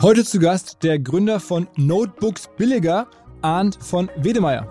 Heute zu Gast der Gründer von Notebooks Billiger, Arndt von Wedemeyer.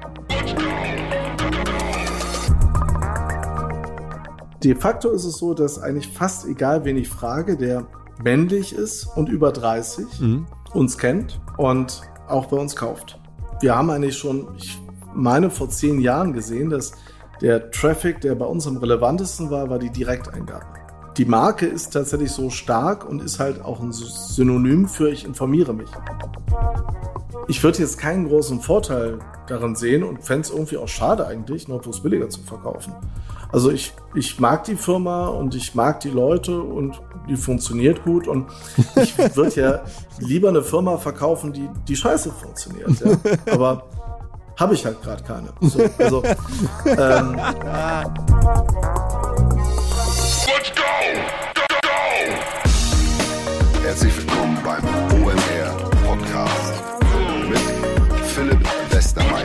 De facto ist es so, dass eigentlich fast egal, wen ich frage, der männlich ist und über 30, uns kennt und auch bei uns kauft. Wir haben eigentlich schon, ich meine, vor 10 Jahren gesehen, dass der Traffic, der bei uns am relevantesten war die Direkteingabe. Die Marke ist tatsächlich so stark und ist halt auch ein Synonym für ich informiere mich. Ich würde jetzt keinen großen Vorteil darin sehen und fände es irgendwie auch schade eigentlich, Notebooks billiger zu verkaufen. Also ich mag die Firma und ich mag die Leute und die funktioniert gut und ich würde ja lieber eine Firma verkaufen, die scheiße funktioniert. Ja. Aber habe ich halt gerade keine. So, also, Let's go! Herzlich willkommen beim OMR Podcast mit Philipp Westermeier.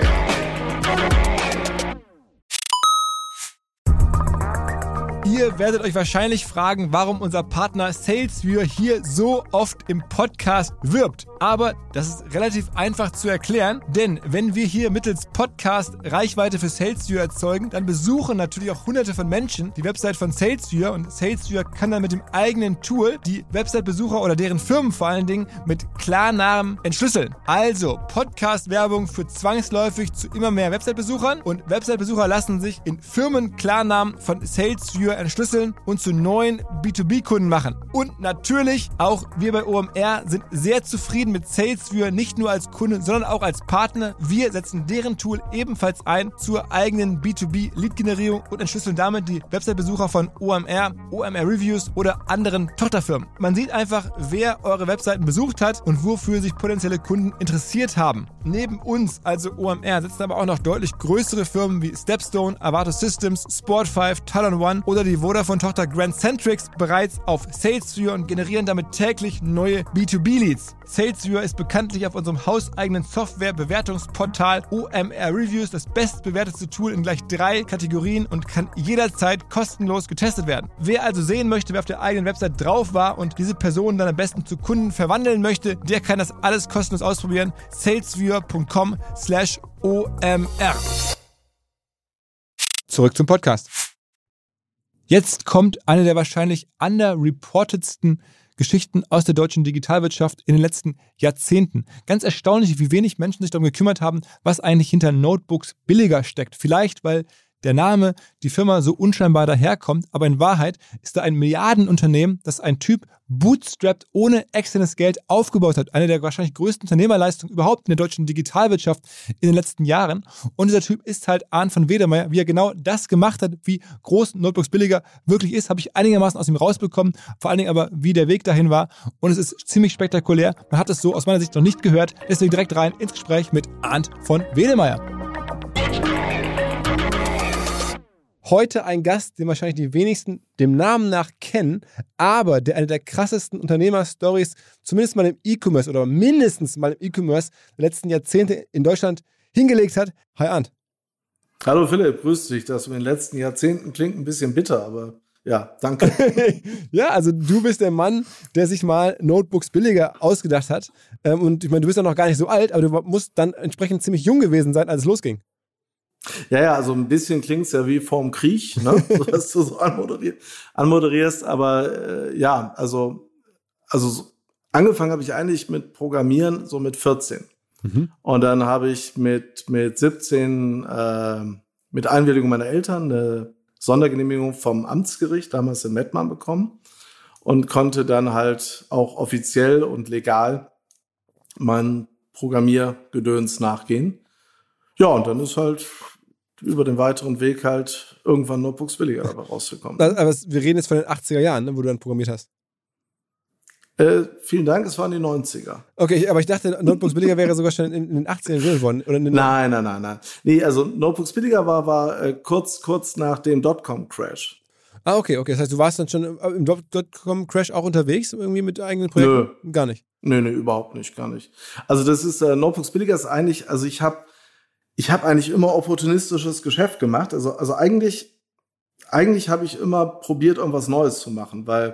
Ihr werdet euch wahrscheinlich fragen, warum unser Partner SalesViewer hier so oft im Podcast wirbt. Aber das ist relativ einfach zu erklären, denn wenn wir hier mittels Podcast Reichweite für SalesViewer erzeugen, dann besuchen natürlich auch hunderte von Menschen die Website von SalesViewer und SalesViewer kann dann mit dem eigenen Tool die Website-Besucher oder deren Firmen vor allen Dingen mit Klarnamen entschlüsseln. Also Podcast-Werbung führt zwangsläufig zu immer mehr Website-Besuchern und Website-Besucher lassen sich in Firmen-Klarnamen von SalesViewer entschlüsseln und zu neuen B2B-Kunden machen. Und natürlich, auch wir bei OMR sind sehr zufrieden mit SalesViewer, nicht nur als Kunde, sondern auch als Partner. Wir setzen deren Tool ebenfalls ein zur eigenen B2B-Lead-Generierung und entschlüsseln damit die Website-Besucher von OMR, OMR Reviews oder anderen Tochterfirmen. Man sieht einfach, wer eure Webseiten besucht hat und wofür sich potenzielle Kunden interessiert haben. Neben uns, also OMR, setzen aber auch noch deutlich größere Firmen wie Stepstone, Avato Systems, Sport5, Talon One oder die Vodafone-Tochter Grandcentrix bereits auf SalesViewer und generieren damit täglich neue B2B-Leads. SalesViewer ist bekanntlich auf unserem hauseigenen Software-Bewertungsportal OMR Reviews das bestbewertete Tool in gleich 3 Kategorien und kann jederzeit kostenlos getestet werden. Wer also sehen möchte, wer auf der eigenen Website drauf war und diese Person dann am besten zu Kunden verwandeln möchte, der kann das alles kostenlos ausprobieren. salesviewer.com/OMR. Zurück zum Podcast. Jetzt kommt eine der wahrscheinlich underreportedsten Geschichten aus der deutschen Digitalwirtschaft in den letzten Jahrzehnten. Ganz erstaunlich, wie wenig Menschen sich darum gekümmert haben, was eigentlich hinter Notebooks billiger steckt. Vielleicht, weil der Name, die Firma so unscheinbar daherkommt, aber in Wahrheit ist da ein Milliardenunternehmen, das ein Typ bootstrapped ohne externes Geld aufgebaut hat. Eine der wahrscheinlich größten Unternehmerleistungen überhaupt in der deutschen Digitalwirtschaft in den letzten Jahren. Und dieser Typ ist halt Arndt von Wedemeyer. Wie er genau das gemacht hat, wie groß Notebooks billiger wirklich ist, habe ich einigermaßen aus ihm rausbekommen. Vor allen Dingen aber, wie der Weg dahin war. Und es ist ziemlich spektakulär. Man hat es so aus meiner Sicht noch nicht gehört. Deswegen direkt rein ins Gespräch mit Arndt von Wedemeyer. Heute ein Gast, den wahrscheinlich die wenigsten dem Namen nach kennen, aber der eine der krassesten Unternehmerstories, zumindest mal im E-Commerce oder mindestens mal im E-Commerce der letzten Jahrzehnte in Deutschland hingelegt hat. Hi Arndt. Hallo Philipp, grüß dich. Das in den letzten Jahrzehnten klingt ein bisschen bitter, aber ja, danke. Ja, also du bist der Mann, der sich mal Notebooks billiger ausgedacht hat. Und ich meine, du bist ja noch gar nicht so alt, aber du musst dann entsprechend ziemlich jung gewesen sein, als es losging. Ja, also ein bisschen klingt's ja wie vorm Krieg, ne? Was du so anmoderierst, aber ja, also angefangen habe ich eigentlich mit Programmieren so mit 14. Und dann habe ich mit 17 mit Einwilligung meiner Eltern eine Sondergenehmigung vom Amtsgericht, damals in Mettmann, bekommen und konnte dann halt auch offiziell und legal mein Programmiergedöns nachgehen. Ja, und dann ist halt über den weiteren Weg halt irgendwann Notebooks billiger dabei rausgekommen. Aber wir reden jetzt von den 80er Jahren, ne, wo du dann programmiert hast. Vielen Dank, es waren die 90er. Okay, aber ich dachte, Notebooks billiger wäre sogar schon in den 80ern geworden. Oder Nein. Nee, also Notebooks billiger war kurz nach dem Dotcom-Crash. Ah, okay. Das heißt, du warst dann schon im Dotcom-Crash auch unterwegs, irgendwie mit eigenen Projekten? Nö. Gar nicht? Nö, überhaupt nicht, gar nicht. Also das ist, Notebooks billiger ist eigentlich, also ich habe eigentlich immer opportunistisches Geschäft gemacht. Also eigentlich habe ich immer probiert, irgendwas Neues zu machen, weil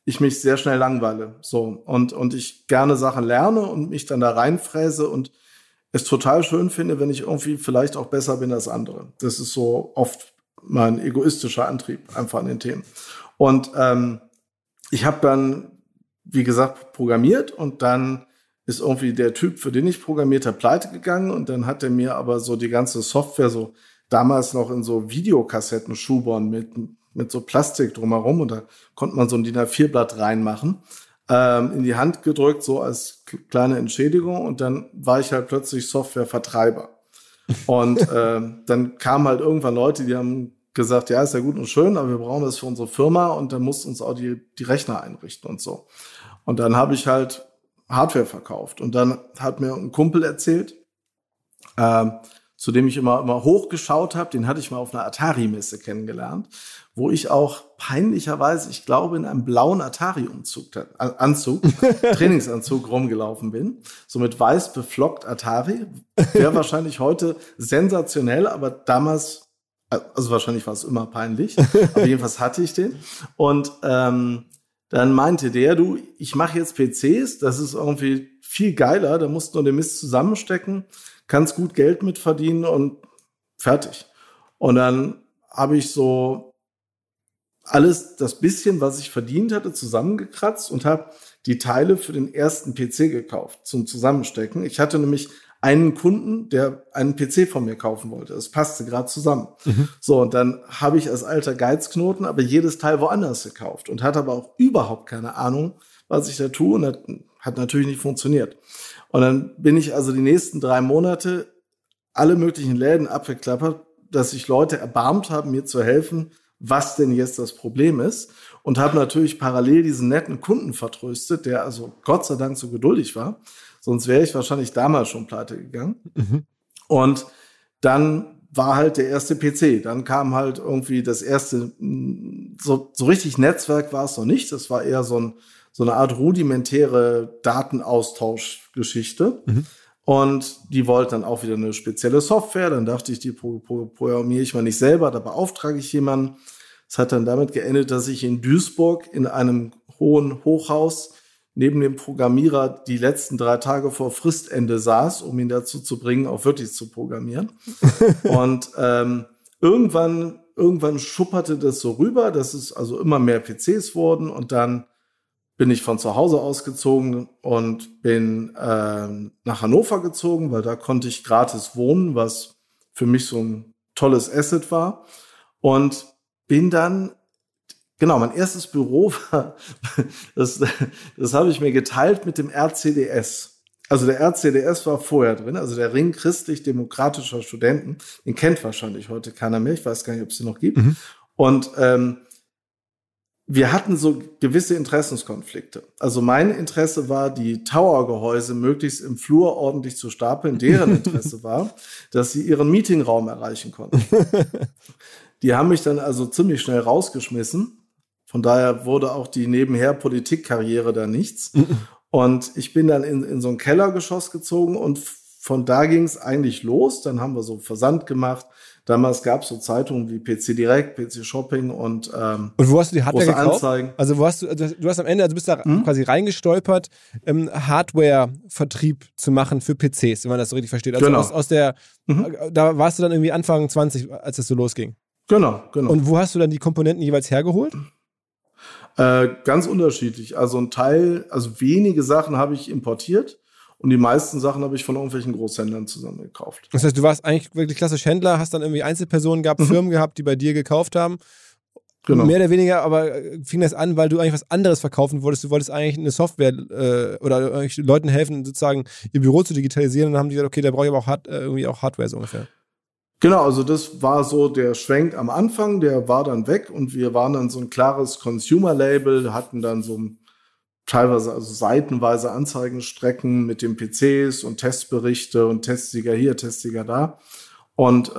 ich mich sehr schnell langweile. So. Und ich gerne Sachen lerne und mich dann da reinfräse und es total schön finde, wenn ich irgendwie vielleicht auch besser bin als andere. Das ist so oft mein egoistischer Antrieb einfach an den Themen. Und ich habe dann, wie gesagt, programmiert und dann ist irgendwie der Typ, für den ich programmiert habe, pleite gegangen und dann hat er mir aber so die ganze Software so damals noch in so Videokassetten schubern mit so Plastik drumherum und da konnte man so ein DIN A4-Blatt reinmachen, in die Hand gedrückt, so als kleine Entschädigung und dann war ich halt plötzlich Softwarevertreiber. Und dann kamen halt irgendwann Leute, die haben gesagt, ja, ist ja gut und schön, aber wir brauchen das für unsere Firma und dann mussten uns auch die Rechner einrichten und so. Und dann habe ich halt Hardware verkauft. Und dann hat mir ein Kumpel erzählt, zu dem ich immer hochgeschaut habe, den hatte ich mal auf einer Atari-Messe kennengelernt, wo ich auch peinlicherweise, ich glaube, in einem blauen Trainingsanzug rumgelaufen bin. So mit weiß beflockt Atari. Wäre wahrscheinlich heute sensationell, aber damals, also wahrscheinlich war es immer peinlich. Aber jedenfalls hatte ich den. Und dann meinte der, du, ich mache jetzt PCs, das ist irgendwie viel geiler, da musst du nur den Mist zusammenstecken, kannst gut Geld mitverdienen und fertig. Und dann habe ich so alles, das bisschen, was ich verdient hatte, zusammengekratzt und habe die Teile für den ersten PC gekauft zum Zusammenstecken. Ich hatte nämlich einen Kunden, der einen PC von mir kaufen wollte. Das passte gerade zusammen. So, und dann habe ich als alter Geizknoten aber jedes Teil woanders gekauft und hatte aber auch überhaupt keine Ahnung, was ich da tue. Und das hat natürlich nicht funktioniert. Und dann bin ich also die nächsten 3 Monate alle möglichen Läden abgeklappert, dass sich Leute erbarmt haben, mir zu helfen, was denn jetzt das Problem ist. Und habe natürlich parallel diesen netten Kunden vertröstet, der also Gott sei Dank so geduldig war. Sonst wäre ich wahrscheinlich damals schon pleite gegangen. Und dann war halt der erste PC. Dann kam halt irgendwie das erste, so richtig Netzwerk war es noch nicht. Das war eher so eine Art rudimentäre Datenaustauschgeschichte. Und die wollten dann auch wieder eine spezielle Software. Dann dachte ich, die programmiere ich mal nicht selber, da beauftrage ich jemanden. Es hat dann damit geendet, dass ich in Duisburg in einem hohen Hochhaus neben dem Programmierer die letzten 3 Tage vor Fristende saß, um ihn dazu zu bringen, auch wirklich zu programmieren. Und irgendwann schupperte das so rüber, dass es also immer mehr PCs wurden. Und dann bin ich von zu Hause ausgezogen und bin nach Hannover gezogen, weil da konnte ich gratis wohnen, was für mich so ein tolles Asset war. Und bin dann, genau, mein erstes Büro war, das habe ich mir geteilt mit dem RCDS. Also der RCDS war vorher drin, also der Ring christlich-demokratischer Studenten. Den kennt wahrscheinlich heute keiner mehr, ich weiß gar nicht, ob es den noch gibt. Und wir hatten so gewisse Interessenskonflikte. Also mein Interesse war, die Tower-Gehäuse möglichst im Flur ordentlich zu stapeln. Deren Interesse war, dass sie ihren Meetingraum erreichen konnten. Die haben mich dann also ziemlich schnell rausgeschmissen. Von daher wurde auch die nebenher Politikkarriere da nichts. Und ich bin dann in so ein Kellergeschoss gezogen und von da ging es eigentlich los. Dann haben wir so Versand gemacht. Damals gab es so Zeitungen wie PC Direkt, PC Shopping und wo hast du die Hardware gekauft? Anzeigen. Also du hast am Ende, also bist da quasi reingestolpert, Hardware-Vertrieb zu machen für PCs, wenn man das so richtig versteht. Also genau. Da warst du dann irgendwie Anfang 20, als es so losging. Genau. Und wo hast du dann die Komponenten jeweils hergeholt? Ganz unterschiedlich. Also wenige Sachen habe ich importiert und die meisten Sachen habe ich von irgendwelchen Großhändlern zusammengekauft. Das heißt, du warst eigentlich wirklich klassisch Händler, hast dann irgendwie Einzelpersonen gehabt, Firmen gehabt, die bei dir gekauft haben. Genau. Mehr oder weniger, aber fing das an, weil du eigentlich was anderes verkaufen wolltest. Du wolltest eigentlich eine Software oder eigentlich Leuten helfen, sozusagen ihr Büro zu digitalisieren. Und dann haben die gesagt, okay, da brauche ich aber irgendwie auch Hardware so ungefähr. Genau, also das war so der Schwenk am Anfang, der war dann weg und wir waren dann so ein klares Consumer-Label, hatten dann so teilweise, also seitenweise Anzeigenstrecken mit den PCs und Testberichte und Testsieger hier, Testsieger da. Und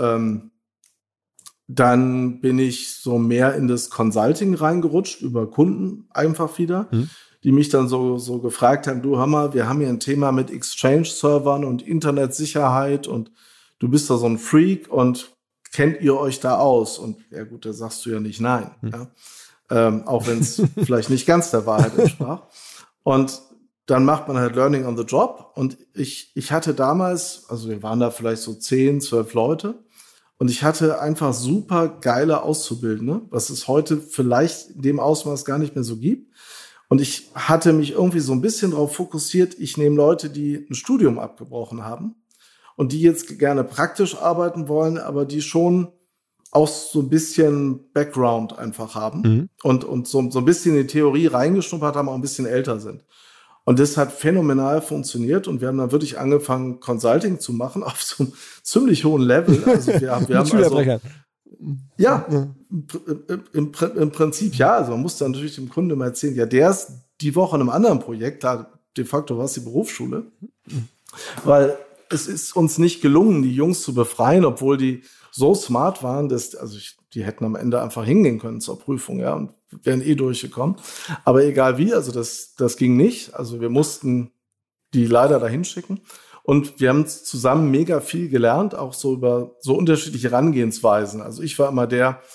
dann bin ich so mehr in das Consulting reingerutscht, über Kunden einfach wieder, die mich dann so gefragt haben, du Hammer, wir haben hier ein Thema mit Exchange-Servern und Internetsicherheit und du bist da so ein Freak und kennt ihr euch da aus? Und ja gut, da sagst du ja nicht nein. Ja. auch wenn es vielleicht nicht ganz der Wahrheit entsprach. Und dann macht man halt Learning on the Job. Und ich hatte damals, also wir waren da vielleicht so 10, 12 Leute. Und ich hatte einfach super geile Auszubildende, was es heute vielleicht in dem Ausmaß gar nicht mehr so gibt. Und ich hatte mich irgendwie so ein bisschen darauf fokussiert, ich nehme Leute, die ein Studium abgebrochen haben und die jetzt gerne praktisch arbeiten wollen, aber die schon auch so ein bisschen Background einfach haben und so ein bisschen in die Theorie reingeschnuppert haben, auch ein bisschen älter sind. Und das hat phänomenal funktioniert und wir haben dann wirklich angefangen, Consulting zu machen auf so einem ziemlich hohen Level. Also wir haben also, ja, im Prinzip ja. Also man muss dann natürlich dem Kunden immer erzählen, ja, der ist die Woche in einem anderen Projekt, klar, de facto war es die Berufsschule, weil es ist uns nicht gelungen, die Jungs zu befreien, obwohl die so smart waren, dass, die hätten am Ende einfach hingehen können zur Prüfung, ja, und wären durchgekommen. Aber egal wie, also das ging nicht. Also wir mussten die leider dahin schicken. Und wir haben zusammen mega viel gelernt, auch so über so unterschiedliche Herangehensweisen. Also ich war immer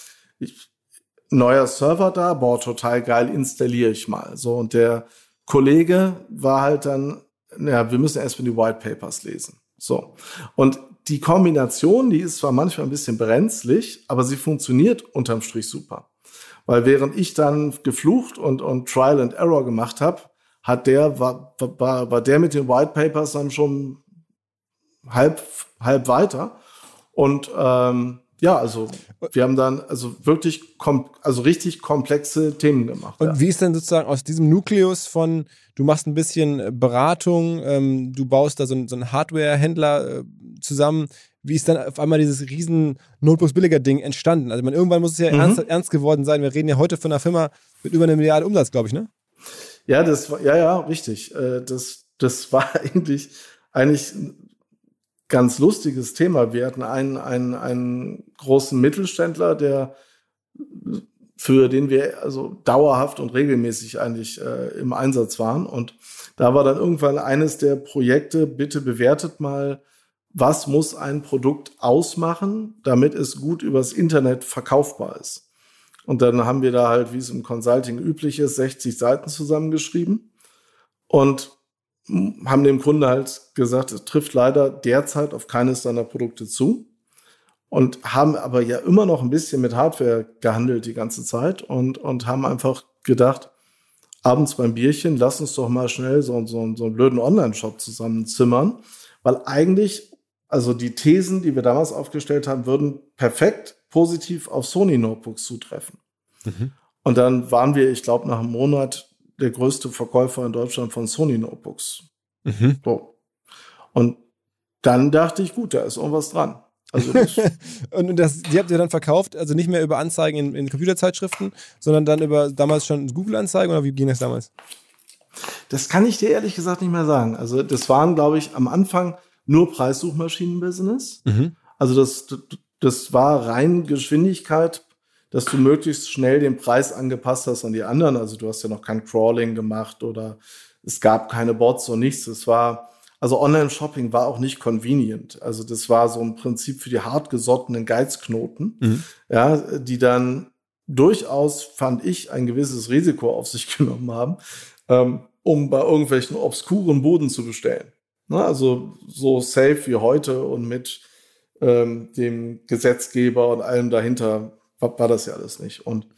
neuer Server da, total geil, installiere ich mal. So, und der Kollege war halt dann, wir müssen erstmal die White Papers lesen. So. Und die Kombination, die ist zwar manchmal ein bisschen brenzlig, aber sie funktioniert unterm Strich super. Weil während ich dann geflucht und Trial and Error gemacht habe, war der mit den White Papers dann schon halb weiter. Und also wir haben dann wirklich richtig komplexe Themen gemacht. Und wie ist denn sozusagen aus diesem Nukleus von, du machst ein bisschen Beratung, du baust da so einen Hardware-Händler zusammen, wie ist dann auf einmal dieses riesen Notebooks-Billiger-Ding entstanden? Also irgendwann muss es ja ernst geworden sein. Wir reden ja heute von einer Firma mit über 1 Milliarde Umsatz, glaube ich, ne? Ja, das war, richtig. Das war eigentlich ein ganz lustiges Thema. Wir hatten einen großen Mittelständler, für den wir also dauerhaft und regelmäßig eigentlich im Einsatz waren. Und da war dann irgendwann eines der Projekte, bitte bewertet mal, was muss ein Produkt ausmachen, damit es gut übers Internet verkaufbar ist. Und dann haben wir da halt, wie es im Consulting üblich ist, 60 Seiten zusammengeschrieben und haben dem Kunde halt gesagt, es trifft leider derzeit auf keines seiner Produkte zu und haben aber ja immer noch ein bisschen mit Hardware gehandelt die ganze Zeit und haben einfach gedacht, abends beim Bierchen, lass uns doch mal schnell so einen blöden Online-Shop zusammenzimmern, weil eigentlich, also die Thesen, die wir damals aufgestellt haben, würden perfekt positiv auf Sony-Notebooks zutreffen. Und dann waren wir, ich glaube, nach einem Monat der größte Verkäufer in Deutschland von Sony-Notebooks. So. Und dann dachte ich, gut, da ist irgendwas dran. Also und die habt ihr dann verkauft, also nicht mehr über Anzeigen in Computerzeitschriften, sondern dann über damals schon Google-Anzeigen, oder wie ging das damals? Das kann ich dir ehrlich gesagt nicht mehr sagen. Also das waren, glaube ich, am Anfang nur Preissuchmaschinen-Business. Also das war rein Geschwindigkeit, dass du möglichst schnell den Preis angepasst hast an die anderen. Also du hast ja noch kein Crawling gemacht oder es gab keine Bots und nichts. Also Online-Shopping war auch nicht convenient. Also das war so ein Prinzip für die hartgesottenen Geizknoten, ja, die dann durchaus, fand ich, ein gewisses Risiko auf sich genommen haben, um bei irgendwelchen obskuren Boden zu bestellen. Na, also so safe wie heute und mit dem Gesetzgeber und allem dahinter war das ja alles nicht. Und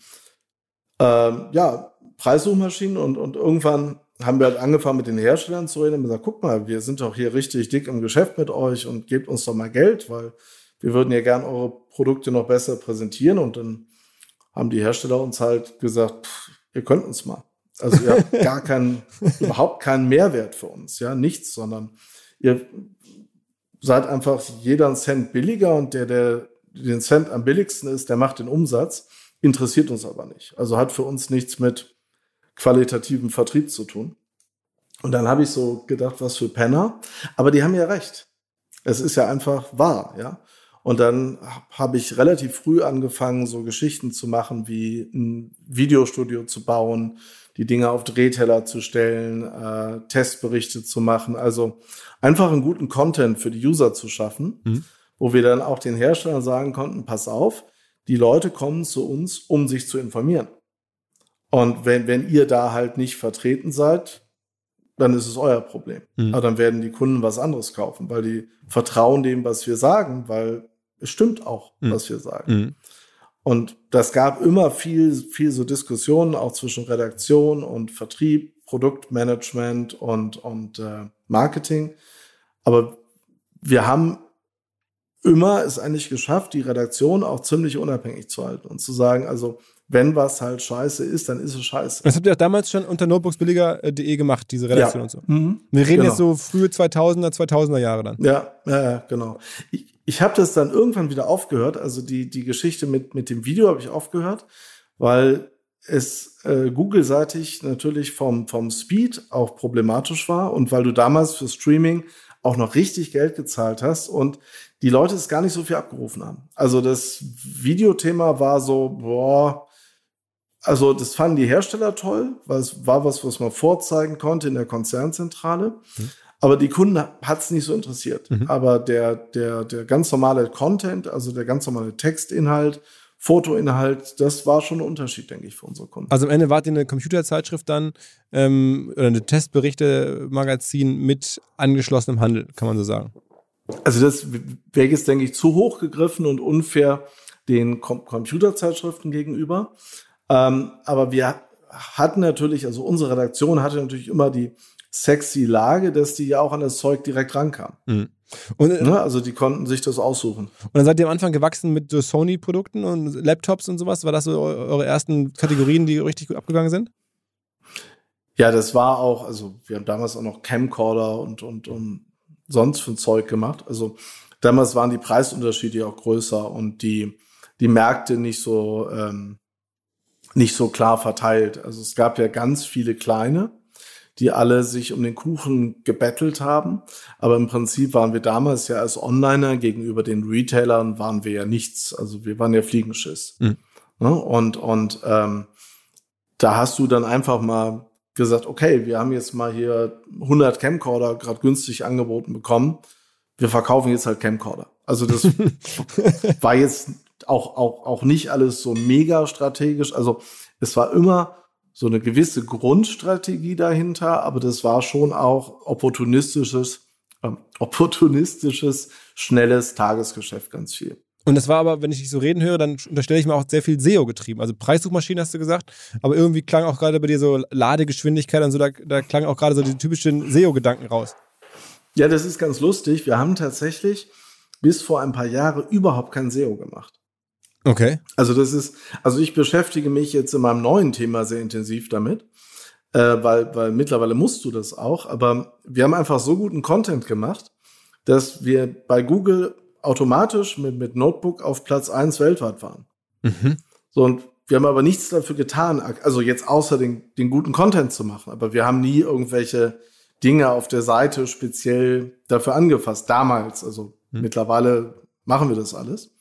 Preissuchmaschinen und irgendwann haben wir halt angefangen, mit den Herstellern zu reden und gesagt, guck mal, wir sind doch hier richtig dick im Geschäft mit euch und gebt uns doch mal Geld, weil wir würden ja gern eure Produkte noch besser präsentieren. Und dann haben die Hersteller uns halt gesagt, ihr könnt uns mal. Also ihr habt überhaupt keinen Mehrwert für uns, ja, nichts, sondern ihr seid einfach jeder einen Cent billiger und der den Cent am billigsten ist, der macht den Umsatz, interessiert uns aber nicht. Also hat für uns nichts mit qualitativem Vertrieb zu tun. Und dann habe ich so gedacht, was für Penner. Aber die haben ja recht. Es ist ja einfach wahr, ja. Und dann habe ich relativ früh angefangen, so Geschichten zu machen, wie ein Videostudio zu bauen, die Dinge auf Drehteller zu stellen, Testberichte zu machen. Also einfach einen guten Content für die User zu schaffen, wo wir dann auch den Herstellern sagen konnten, pass auf, die Leute kommen zu uns, um sich zu informieren. Und wenn ihr da halt nicht vertreten seid, dann ist es euer Problem. Aber dann werden die Kunden was anderes kaufen, weil die vertrauen dem, was wir sagen, weil es stimmt auch, was wir sagen. Und das gab immer viel so Diskussionen auch zwischen Redaktion und Vertrieb, Produktmanagement und Marketing. Aber wir haben immer es eigentlich geschafft, die Redaktion auch ziemlich unabhängig zu halten und zu sagen, also wenn was halt scheiße ist, dann ist es scheiße. Das habt ihr auch damals schon unter notebooksbilliger.de gemacht, diese Redaktion und so. Wir reden jetzt so frühe 2000er Jahre dann. Ja, genau. Ich habe das dann irgendwann wieder aufgehört, also die Geschichte mit dem Video habe ich aufgehört, weil es Google-seitig natürlich vom Speed auch problematisch war und weil du damals für Streaming auch noch richtig Geld gezahlt hast und die Leute es gar nicht so viel abgerufen haben. Also das Videothema war so, also das fanden die Hersteller toll, weil es war was man vorzeigen konnte in der Konzernzentrale. Aber die Kunden hat es nicht so interessiert. Aber der ganz normale Content, also der ganz normale Textinhalt, Fotoinhalt, das war schon ein Unterschied, denke ich, für unsere Kunden. Also am Ende wart ihr eine Computerzeitschrift dann oder eine Testberichte-Magazin mit angeschlossenem Handel, kann man so sagen. Also das wäre jetzt, denke ich, zu hoch gegriffen und unfair den Computerzeitschriften gegenüber. Aber wir hatten natürlich, also unsere Redaktion hatte natürlich immer die sexy Lage, dass die ja auch an das Zeug direkt rankam. Und, also die konnten sich das aussuchen. Und dann seid ihr am Anfang gewachsen mit so Sony-Produkten und Laptops und sowas? War das so eure ersten Kategorien, die richtig gut abgegangen sind? Ja, das war auch, also wir haben damals auch noch Camcorder und sonst für ein Zeug gemacht. Also damals waren die Preisunterschiede auch größer und die Märkte nicht so klar verteilt. Also es gab ja ganz viele kleine, die alle sich um den Kuchen gebettelt haben. Aber im Prinzip waren wir damals ja als Onliner gegenüber den Retailern waren wir ja nichts. Also wir waren ja Fliegenschiss. Und da hast du dann einfach mal gesagt, okay, wir haben jetzt mal hier 100 Camcorder gerade günstig angeboten bekommen. Wir verkaufen jetzt halt Camcorder. Also das war jetzt auch nicht alles so mega strategisch. Also es war immer so eine gewisse Grundstrategie dahinter, aber das war schon auch opportunistisches, schnelles Tagesgeschäft ganz viel. Und das war aber, wenn ich dich so reden höre, dann unterstelle ich mir auch sehr viel SEO getrieben. Also Preissuchmaschinen hast du gesagt, aber irgendwie klang auch gerade bei dir so Ladegeschwindigkeit und so, da klang auch gerade so die typischen SEO-Gedanken raus. Ja, das ist ganz lustig. Wir haben tatsächlich bis vor ein paar Jahren überhaupt kein SEO gemacht. Okay. Also ich beschäftige mich jetzt in meinem neuen Thema sehr intensiv damit, weil mittlerweile musst du das auch, aber wir haben einfach so guten Content gemacht, dass wir bei Google automatisch mit Notebook auf Platz 1 weltweit waren. So, und wir haben aber nichts dafür getan, also jetzt außer den guten Content zu machen, aber wir haben nie irgendwelche Dinge auf der Seite speziell dafür angefasst, damals, also mittlerweile machen wir das alles.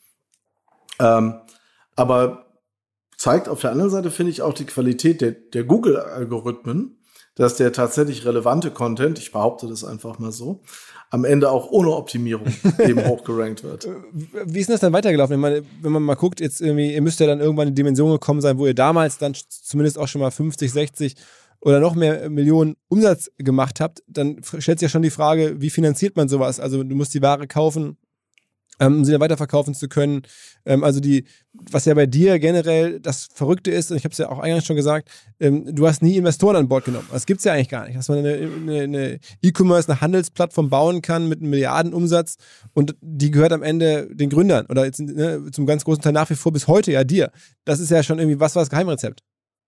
Aber zeigt auf der anderen Seite, finde ich, auch die Qualität der Google-Algorithmen, dass der tatsächlich relevante Content, ich behaupte das einfach mal so, am Ende auch ohne Optimierung eben hochgerankt wird. Wie ist denn das dann weitergelaufen? Ich meine, wenn man mal guckt, jetzt irgendwie, ihr müsst ja dann irgendwann in die Dimension gekommen sein, wo ihr damals dann zumindest auch schon mal 50, 60 oder noch mehr Millionen Umsatz gemacht habt, dann stellt sich ja schon die Frage, wie finanziert man sowas? Also du musst die Ware kaufen, um sie dann weiterverkaufen zu können. Also was ja bei dir generell das Verrückte ist, und ich habe es ja auch eingangs schon gesagt, du hast nie Investoren an Bord genommen. Das gibt es ja eigentlich gar nicht. Dass man eine E-Commerce, eine Handelsplattform bauen kann mit einem Milliardenumsatz und die gehört am Ende den Gründern oder jetzt, zum ganz großen Teil nach wie vor bis heute ja dir. Das ist ja schon irgendwie was Geheimrezept.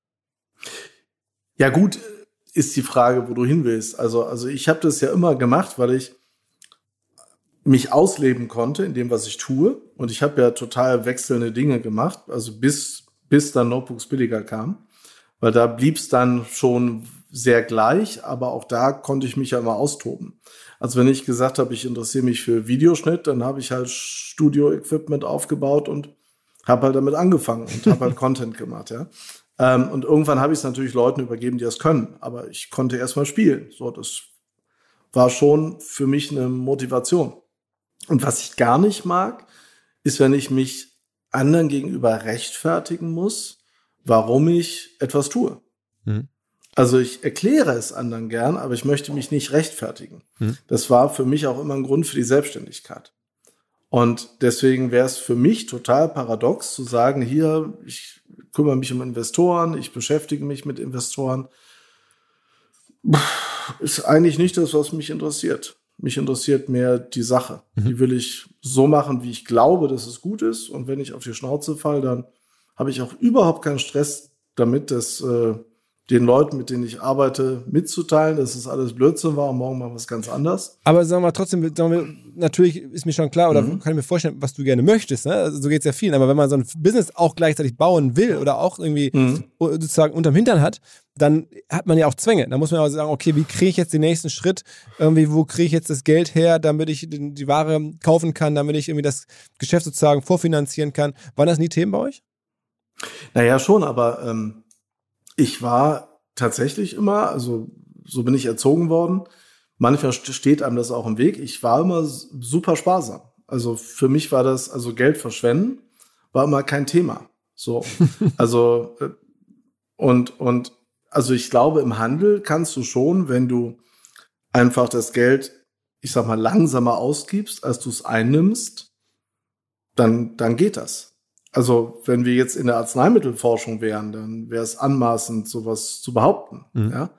Ja gut, ist die Frage, wo du hin willst. Also ich habe das ja immer gemacht, weil ich mich ausleben konnte in dem, was ich tue. Und ich habe ja total wechselnde Dinge gemacht, also bis dann Notebooks billiger kam. Weil da blieb es dann schon sehr gleich, aber auch da konnte ich mich ja immer austoben. Also wenn ich gesagt habe, ich interessiere mich für Videoschnitt, dann habe ich halt Studio-Equipment aufgebaut und habe halt damit angefangen und habe halt Content gemacht, ja. Und irgendwann habe ich es natürlich Leuten übergeben, die das können. Aber ich konnte erst mal spielen. So, das war schon für mich eine Motivation. Und was ich gar nicht mag, ist, wenn ich mich anderen gegenüber rechtfertigen muss, warum ich etwas tue. Mhm. Also ich erkläre es anderen gern, aber ich möchte mich nicht rechtfertigen. Das war für mich auch immer ein Grund für die Selbstständigkeit. Und deswegen wäre es für mich total paradox zu sagen, hier, ich kümmere mich um Investoren, ich beschäftige mich mit Investoren. Ist eigentlich nicht das, was mich interessiert. Mich interessiert mehr die Sache. Die will ich so machen, wie ich glaube, dass es gut ist. Und wenn ich auf die Schnauze falle, dann habe ich auch überhaupt keinen Stress damit, dass den Leuten, mit denen ich arbeite, mitzuteilen, dass es alles Blödsinn war und morgen machen wir es ganz anders. Aber sagen wir trotzdem, natürlich ist mir schon klar, oder kann ich mir vorstellen, was du gerne möchtest, ne? Also so geht es ja vielen, aber wenn man so ein Business auch gleichzeitig bauen will oder auch irgendwie sozusagen unterm Hintern hat, dann hat man ja auch Zwänge. Da muss man ja auch sagen, okay, wie kriege ich jetzt den nächsten Schritt? Irgendwie, wo kriege ich jetzt das Geld her, damit ich die Ware kaufen kann, damit ich irgendwie das Geschäft sozusagen vorfinanzieren kann? Waren das nie Themen bei euch? Naja, schon, aber ich war tatsächlich immer, also so bin ich erzogen worden. Manchmal steht einem das auch im Weg. Ich war immer super sparsam. Also für mich war das, also Geld verschwenden, war immer kein Thema. So, also also ich glaube, im Handel kannst du schon, wenn du einfach das Geld, ich sag mal, langsamer ausgibst, als du es einnimmst, dann geht das. Also wenn wir jetzt in der Arzneimittelforschung wären, dann wäre es anmaßend, sowas zu behaupten. Ja?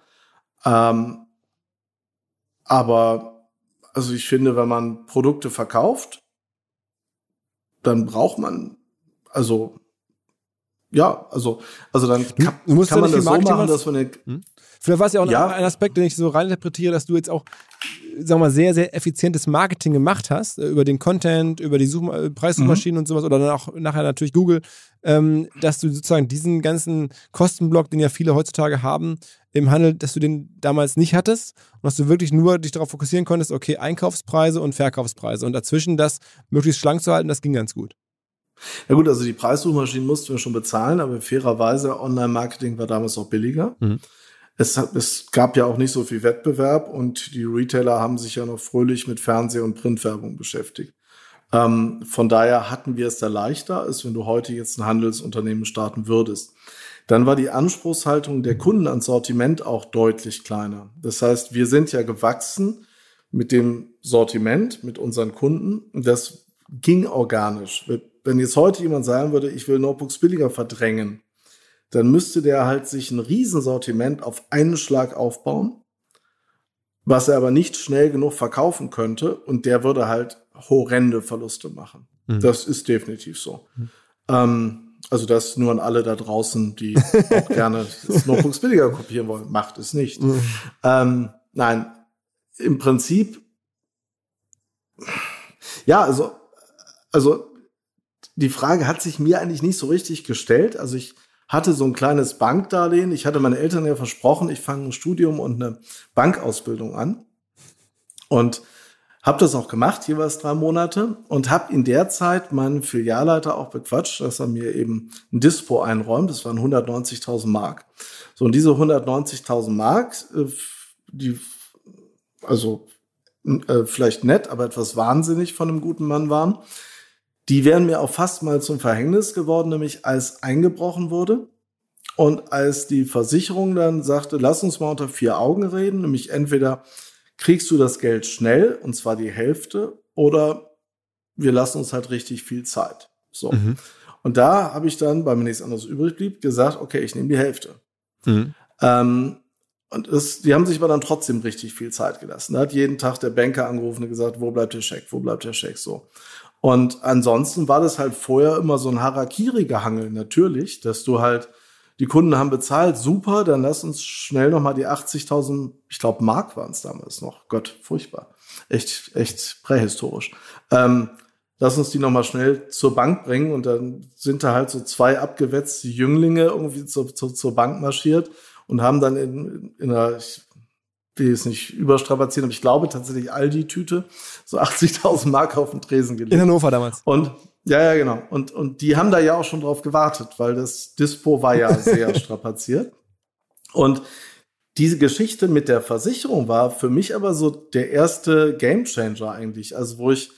Aber also ich finde, wenn man Produkte verkauft, dann braucht man, dann kann man das so machen, dass man Vielleicht war es ja auch ein Aspekt, den ich so reininterpretiere, dass du jetzt auch, sagen wir mal, sehr, sehr effizientes Marketing gemacht hast, über den Content, über die Preissuchmaschinen und sowas, oder dann auch nachher natürlich Google, dass du sozusagen diesen ganzen Kostenblock, den ja viele heutzutage haben im Handel, dass du den damals nicht hattest und dass du wirklich nur dich darauf fokussieren konntest, okay, Einkaufspreise und Verkaufspreise und dazwischen das möglichst schlank zu halten, das ging ganz gut. Ja gut, also die Preissuchmaschinen mussten wir schon bezahlen, aber fairerweise Online-Marketing war damals auch billiger. Es gab ja auch nicht so viel Wettbewerb und die Retailer haben sich ja noch fröhlich mit Fernseh- und Printwerbung beschäftigt. Von daher hatten wir es da leichter, als wenn du heute jetzt ein Handelsunternehmen starten würdest. Dann war die Anspruchshaltung der Kunden ans Sortiment auch deutlich kleiner. Das heißt, wir sind ja gewachsen mit dem Sortiment, mit unseren Kunden. Und das ging organisch. Wenn jetzt heute jemand sagen würde, ich will Notebooks billiger verdrängen, dann müsste der halt sich ein Riesensortiment auf einen Schlag aufbauen, was er aber nicht schnell genug verkaufen könnte und der würde halt horrende Verluste machen. Das ist definitiv so. Also das nur an alle da draußen, die auch gerne Notebooks billiger kopieren wollen. Macht es nicht. Nein, im Prinzip, ja, also die Frage hat sich mir eigentlich nicht so richtig gestellt. Also ich hatte so ein kleines Bankdarlehen. Ich hatte meinen Eltern ja versprochen, ich fange ein Studium und eine Bankausbildung an. Und habe das auch gemacht, jeweils 3 Monate. Und habe in der Zeit meinen Filialleiter auch bequatscht, dass er mir eben ein Dispo einräumt. Das waren 190.000 Mark. So, und diese 190.000 Mark, vielleicht nett, aber etwas wahnsinnig von einem guten Mann waren, die wären mir auch fast mal zum Verhängnis geworden, nämlich als eingebrochen wurde und als die Versicherung dann sagte, lass uns mal unter 4 Augen reden, nämlich entweder kriegst du das Geld schnell, und zwar die Hälfte, oder wir lassen uns halt richtig viel Zeit. So. Und da habe ich dann, weil mir nichts anderes übrig blieb, gesagt, okay, ich nehme die Hälfte. Und die haben sich aber dann trotzdem richtig viel Zeit gelassen. Da hat jeden Tag der Banker angerufen und gesagt, wo bleibt der Scheck, so. Und ansonsten war das halt vorher immer so ein Harakiri-Gehangel, natürlich, dass du halt, die Kunden haben bezahlt, super, dann lass uns schnell nochmal die 80.000, ich glaube Mark waren es damals noch, Gott, furchtbar, echt prähistorisch. Lass uns die nochmal schnell zur Bank bringen und dann sind da halt so 2 abgewetzte Jünglinge irgendwie zur Bank marschiert und haben dann in einer, ich will jetzt nicht überstrapazieren, aber ich glaube tatsächlich Aldi-Tüte, so 80.000 Mark auf den Tresen gelegt. In Hannover damals. Und ja, genau. Und die haben da ja auch schon drauf gewartet, weil das Dispo war ja sehr strapaziert. Und diese Geschichte mit der Versicherung war für mich aber so der erste Gamechanger eigentlich. Also wo ich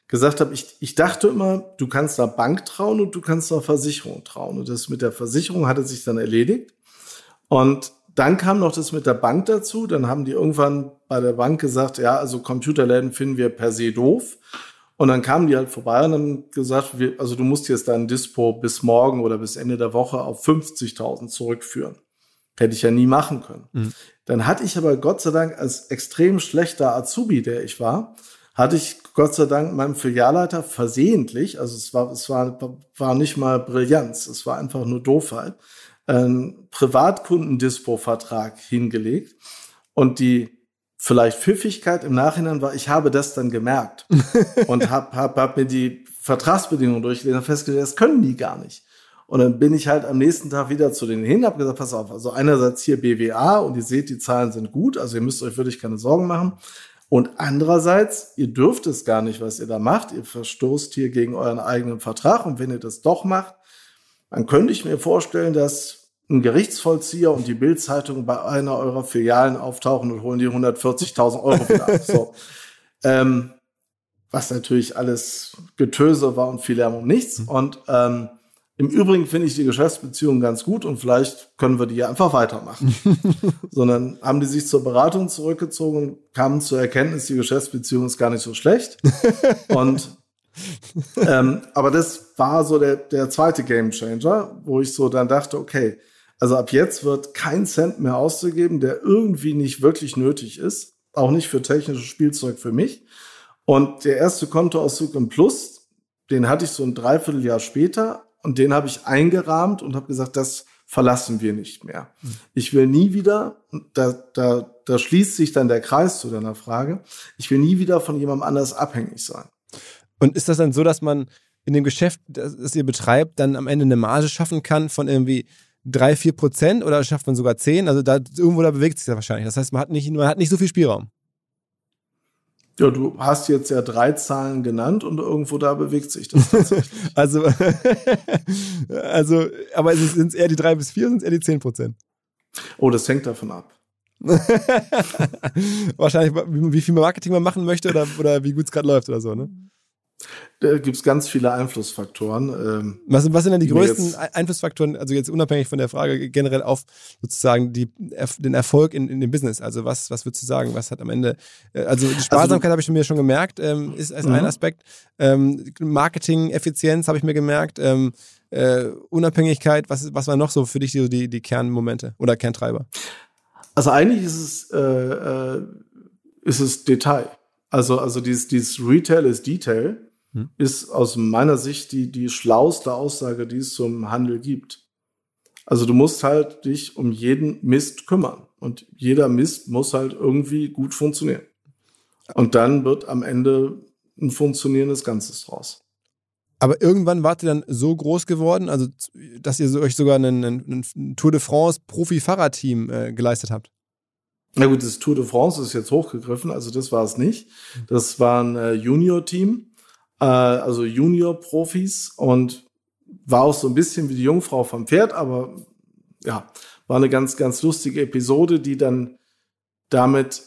gesagt habe, ich dachte immer, du kannst der Bank trauen und du kannst der Versicherung trauen. Und das mit der Versicherung hatte sich dann erledigt. Und dann kam noch das mit der Bank dazu. Dann haben die irgendwann bei der Bank gesagt, ja, also Computerläden finden wir per se doof. Und dann kamen die halt vorbei und haben gesagt, also du musst jetzt dein Dispo bis morgen oder bis Ende der Woche auf 50.000 zurückführen. Hätte ich ja nie machen können. Mhm. Dann hatte ich aber Gott sei Dank als extrem schlechter Azubi, der ich war, hatte ich Gott sei Dank meinem Filialleiter versehentlich, also es war nicht mal Brillanz, es war einfach nur Doofheit, einen Privatkundendispo-Vertrag hingelegt. Und die vielleicht Pfiffigkeit im Nachhinein war, ich habe das dann gemerkt und hab mir die Vertragsbedingungen durchgelesen und festgestellt, das können die gar nicht. Und dann bin ich halt am nächsten Tag wieder zu denen hin, habe gesagt, pass auf, also einerseits hier BWA und ihr seht, die Zahlen sind gut, also ihr müsst euch wirklich keine Sorgen machen. Und andererseits, ihr dürft es gar nicht, was ihr da macht. Ihr verstoßt hier gegen euren eigenen Vertrag. Und wenn ihr das doch macht, dann könnte ich mir vorstellen, dass ein Gerichtsvollzieher und die Bild-Zeitung bei einer eurer Filialen auftauchen und holen die 140.000 Euro wieder ab. So. Was natürlich alles Getöse war und viel Lärm um nichts. Und im Übrigen finde ich die Geschäftsbeziehung ganz gut und vielleicht können wir die ja einfach weitermachen. Sondern haben die sich zur Beratung zurückgezogen und kamen zur Erkenntnis, die Geschäftsbeziehung ist gar nicht so schlecht. Und aber das war so der zweite Gamechanger, wo ich so dann dachte, okay, also ab jetzt wird kein Cent mehr auszugeben, der irgendwie nicht wirklich nötig ist, auch nicht für technisches Spielzeug für mich. Und der erste Kontoauszug im Plus, den hatte ich so ein Dreivierteljahr später und den habe ich eingerahmt und habe gesagt, das verlassen wir nicht mehr. Ich will nie wieder, da schließt sich dann der Kreis zu deiner Frage, ich will nie wieder von jemandem anders abhängig sein. Und ist das dann so, dass man in dem Geschäft, das ihr betreibt, dann am Ende eine Marge schaffen kann von irgendwie 3-4% oder schafft man sogar 10%? Also da irgendwo da bewegt sich das wahrscheinlich. Das heißt, man hat nicht so viel Spielraum. Ja, du hast jetzt ja 3 Zahlen genannt und irgendwo da bewegt sich das tatsächlich. also, aber sind es eher die 3 bis 4 oder sind es eher die 10%? Oh, das hängt davon ab. Wahrscheinlich, wie viel Marketing man machen möchte oder wie gut es gerade läuft oder so, ne? Da gibt es ganz viele Einflussfaktoren. Was sind denn die größten Einflussfaktoren, also jetzt unabhängig von der Frage, generell auf sozusagen den Erfolg in dem Business? Also was würdest du sagen, was hat am Ende, also die Sparsamkeit habe ich mir schon gemerkt, ist als ein Aspekt, Marketing, Effizienz habe ich mir gemerkt, Unabhängigkeit, was waren noch so für dich die Kernmomente oder Kerntreiber? Also eigentlich ist es Detail. Also dieses Retail ist Detail, ist aus meiner Sicht die schlauste Aussage, die es zum Handel gibt. Also du musst halt dich um jeden Mist kümmern. Und jeder Mist muss halt irgendwie gut funktionieren. Und dann wird am Ende ein funktionierendes Ganzes draus. Aber irgendwann wart ihr dann so groß geworden, also dass ihr euch sogar ein Tour de France Profi-Fahrradteam geleistet habt? Na gut, das Tour de France ist jetzt hochgegriffen, also das war es nicht. Das war ein Junior-Team, also Junior-Profis und war auch so ein bisschen wie die Jungfrau vom Pferd, aber ja, war eine ganz, ganz lustige Episode, die dann damit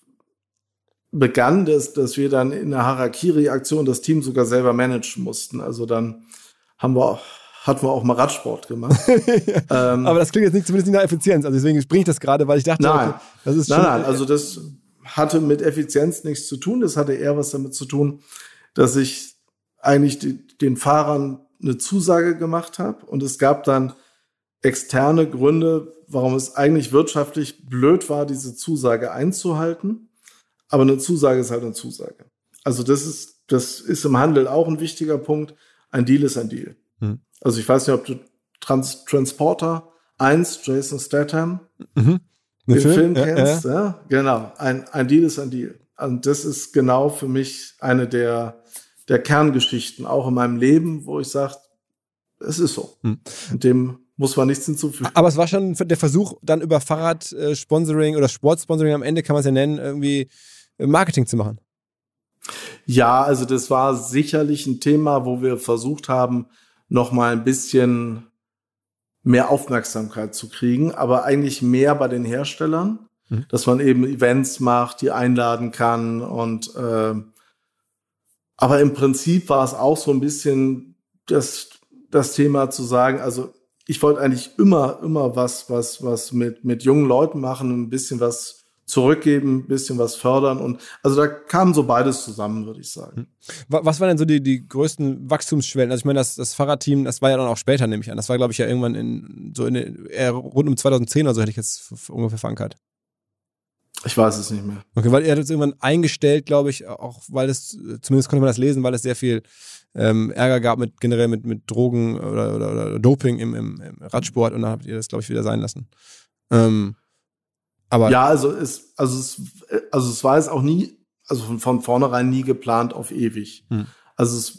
begann, dass wir dann in der Harakiri-Aktion das Team sogar selber managen mussten. Also dann hatten wir auch mal Radsport gemacht. Aber das klingt jetzt nicht, zumindest nicht nach Effizienz. Also deswegen springe ich das gerade, weil ich dachte, nein, okay, das ist nein, also das hatte mit Effizienz nichts zu tun. Das hatte eher was damit zu tun, dass ich eigentlich den Fahrern eine Zusage gemacht habe. Und es gab dann externe Gründe, warum es eigentlich wirtschaftlich blöd war, diese Zusage einzuhalten. Aber eine Zusage ist halt eine Zusage. Also das ist im Handel auch ein wichtiger Punkt. Ein Deal ist ein Deal. Also ich weiß nicht, ob du Transporter 1, Jason Statham, den Film kennst. Ja, genau. Ein Deal ist ein Deal. Und das ist genau für mich eine der Kerngeschichten, auch in meinem Leben, wo ich sage, es ist so. Und dem muss man nichts hinzufügen. Aber es war schon der Versuch, dann über Fahrrad-Sponsoring oder Sportsponsoring, am Ende kann man es ja nennen, irgendwie Marketing zu machen. Ja, also das war sicherlich ein Thema, wo wir versucht haben, noch mal ein bisschen mehr Aufmerksamkeit zu kriegen, aber eigentlich mehr bei den Herstellern, dass man eben Events macht, die einladen kann und Aber im Prinzip war es auch so ein bisschen das Thema zu sagen, also ich wollte eigentlich immer was mit jungen Leuten machen, ein bisschen was zurückgeben, ein bisschen was fördern. Und also da kam so beides zusammen, würde ich sagen. Was waren denn so die größten Wachstumsschwellen? Also ich meine, das Fahrradteam, das war ja dann auch später, nehme ich an. Das war, glaube ich, ja irgendwann eher rund um 2010 oder so, hätte ich jetzt ungefähr verankert. Ich weiß es nicht mehr. Okay, weil er hat es irgendwann eingestellt, glaube ich, auch weil es, zumindest konnte man das lesen, weil es sehr viel Ärger gab generell mit Drogen oder Doping im Radsport, und dann habt ihr das, glaube ich, wieder sein lassen. Aber ja, also es war jetzt auch nie, also von vornherein nie geplant auf ewig. Also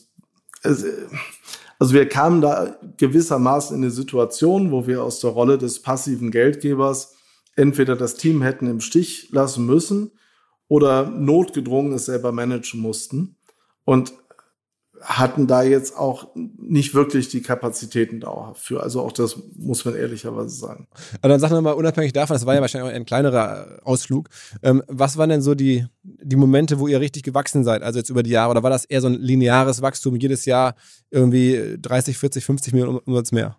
wir kamen da gewissermaßen in eine Situation, wo wir aus der Rolle des passiven Geldgebers entweder das Team hätten im Stich lassen müssen oder notgedrungen es selber managen mussten und hatten da jetzt auch nicht wirklich die Kapazitäten dauerhaft für. Also auch das muss man ehrlicherweise sagen. Aber dann sag noch mal, unabhängig davon, das war ja wahrscheinlich auch ein kleinerer Ausflug, was waren denn so die Momente, wo ihr richtig gewachsen seid, also jetzt über die Jahre, oder war das eher so ein lineares Wachstum, jedes Jahr irgendwie 30, 40, 50 Millionen Umsatz mehr?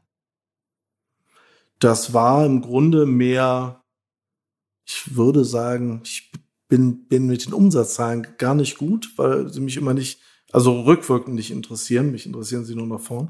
Das war im Grunde mehr, ich würde sagen, ich bin mit den Umsatzzahlen gar nicht gut, weil sie mich immer nicht, also rückwirkend nicht interessieren. Mich interessieren sie nur nach vorn.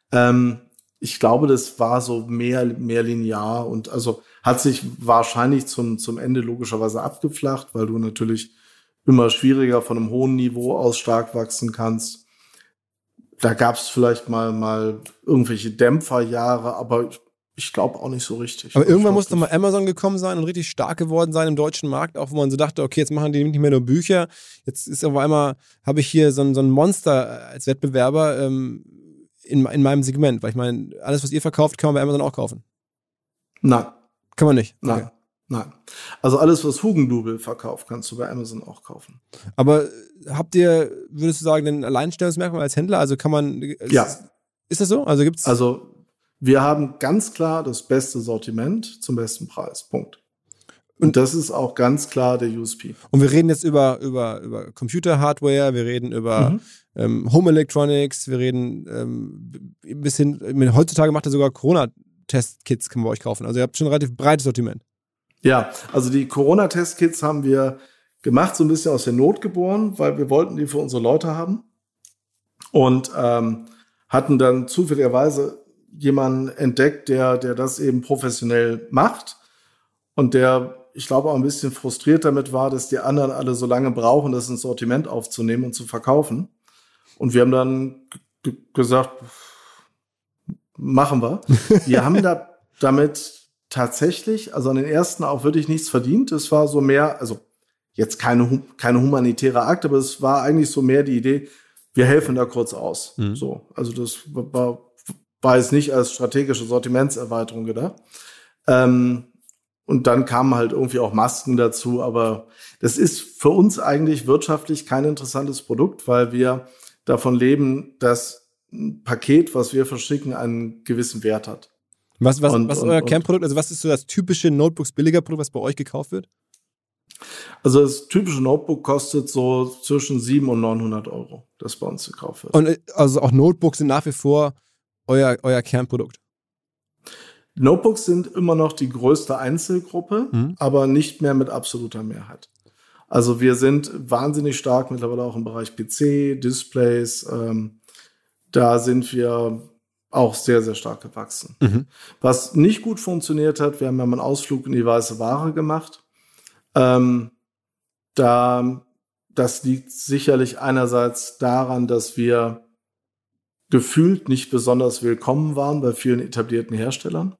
Ich glaube, das war so mehr linear und also hat sich wahrscheinlich zum Ende logischerweise abgeflacht, weil du natürlich immer schwieriger von einem hohen Niveau aus stark wachsen kannst. Da gab es vielleicht mal irgendwelche Dämpferjahre, aber ich glaube auch nicht so richtig. Aber irgendwann muss doch mal Amazon gekommen sein und richtig stark geworden sein im deutschen Markt, auch wo man so dachte, okay, jetzt machen die nicht mehr nur Bücher, jetzt ist auf einmal, habe ich hier so ein Monster als Wettbewerber in meinem Segment, weil ich meine, alles, was ihr verkauft, kann man bei Amazon auch kaufen. Nein. Kann man nicht? Nein. Okay. Nein. Also alles, was Hugendubel verkauft, kannst du bei Amazon auch kaufen. Aber habt ihr, würdest du sagen, ein Alleinstellungsmerkmal als Händler? Also kann man... Ja. Ist das so? Also gibt's... Also wir haben ganz klar das beste Sortiment zum besten Preis. Punkt. Und das ist auch ganz klar der USP. Und wir reden jetzt über Computer-Hardware, wir reden über Home Electronics, wir reden ein bisschen, heutzutage macht ihr sogar Corona-Test-Kits, kann man bei euch kaufen. Also ihr habt schon ein relativ breites Sortiment. Ja, also die Corona-Test-Kits haben wir gemacht, so ein bisschen aus der Not geboren, weil wir wollten die für unsere Leute haben. Und hatten dann zufälligerweise jemanden entdeckt, der das eben professionell macht und der, ich glaube, auch ein bisschen frustriert damit war, dass die anderen alle so lange brauchen, das ins Sortiment aufzunehmen und zu verkaufen. Und wir haben dann gesagt, machen wir. Wir haben damit tatsächlich, also an den ersten auch wirklich nichts verdient. Es war so mehr, also jetzt keine humanitäre Akt, aber es war eigentlich so mehr die Idee, wir helfen da kurz aus. So, also das war jetzt nicht als strategische Sortimentserweiterung gedacht. Und dann kamen halt irgendwie auch Masken dazu, aber das ist für uns eigentlich wirtschaftlich kein interessantes Produkt, weil wir davon leben, dass ein Paket, was wir verschicken, einen gewissen Wert hat. Was ist euer Kernprodukt? Also was ist so das typische Notebooks-Billiger-Produkt, was bei euch gekauft wird? Also das typische Notebook kostet so zwischen 700 und 900 Euro, das bei uns gekauft wird. Und also auch Notebooks sind nach wie vor euer Kernprodukt? Notebooks sind immer noch die größte Einzelgruppe, aber nicht mehr mit absoluter Mehrheit. Also wir sind wahnsinnig stark mittlerweile auch im Bereich PC, Displays. Da sind wir auch sehr, sehr stark gewachsen. Was nicht gut funktioniert hat, wir haben ja mal einen Ausflug in die weiße Ware gemacht. Das liegt sicherlich einerseits daran, dass wir gefühlt nicht besonders willkommen waren bei vielen etablierten Herstellern.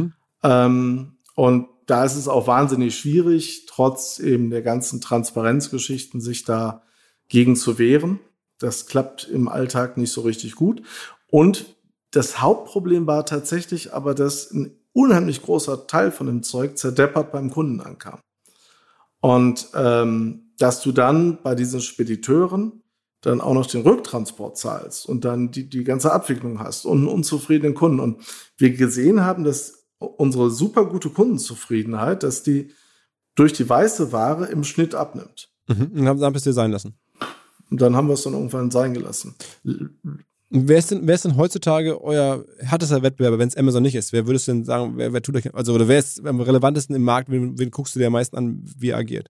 Und da ist es auch wahnsinnig schwierig, trotz eben der ganzen Transparenzgeschichten, sich da gegen zu wehren. Das klappt im Alltag nicht so richtig gut. Und das Hauptproblem war tatsächlich aber, dass ein unheimlich großer Teil von dem Zeug zerdeppert beim Kunden ankam. Und dass du dann bei diesen Spediteuren dann auch noch den Rücktransport zahlst und dann die ganze Abwicklung hast und einen unzufriedenen Kunden. Und wir gesehen haben, dass unsere super gute Kundenzufriedenheit, dass die durch die weiße Ware im Schnitt abnimmt. Und dann bist du sein lassen. Und dann haben wir es dann irgendwann sein gelassen. Wer ist denn heutzutage euer härtester Wettbewerber, wenn es Amazon nicht ist? Wer würdest du denn sagen, wer tut euch, also oder wer ist am relevantesten im Markt, wen guckst du dir am meisten an, wie er agiert?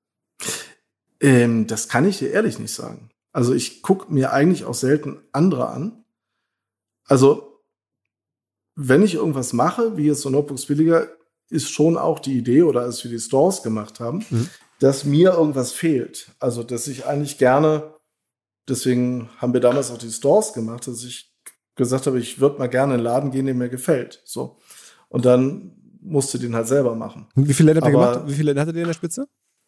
Das kann ich dir ehrlich nicht sagen. Also ich gucke mir eigentlich auch selten andere an. Also wenn ich irgendwas mache, wie jetzt so Notebooks billiger, ist schon auch die Idee, oder als wir die Stores gemacht haben, dass mir irgendwas fehlt. Also dass ich eigentlich gerne, deswegen haben wir damals auch die Stores gemacht, dass ich gesagt habe, ich würde mal gerne in einen Laden gehen, der mir gefällt. So. Und dann musst du den halt selber machen. Wie viele Läden habt ihr gemacht? Wie viele Läden hattet ihr in der Spitze?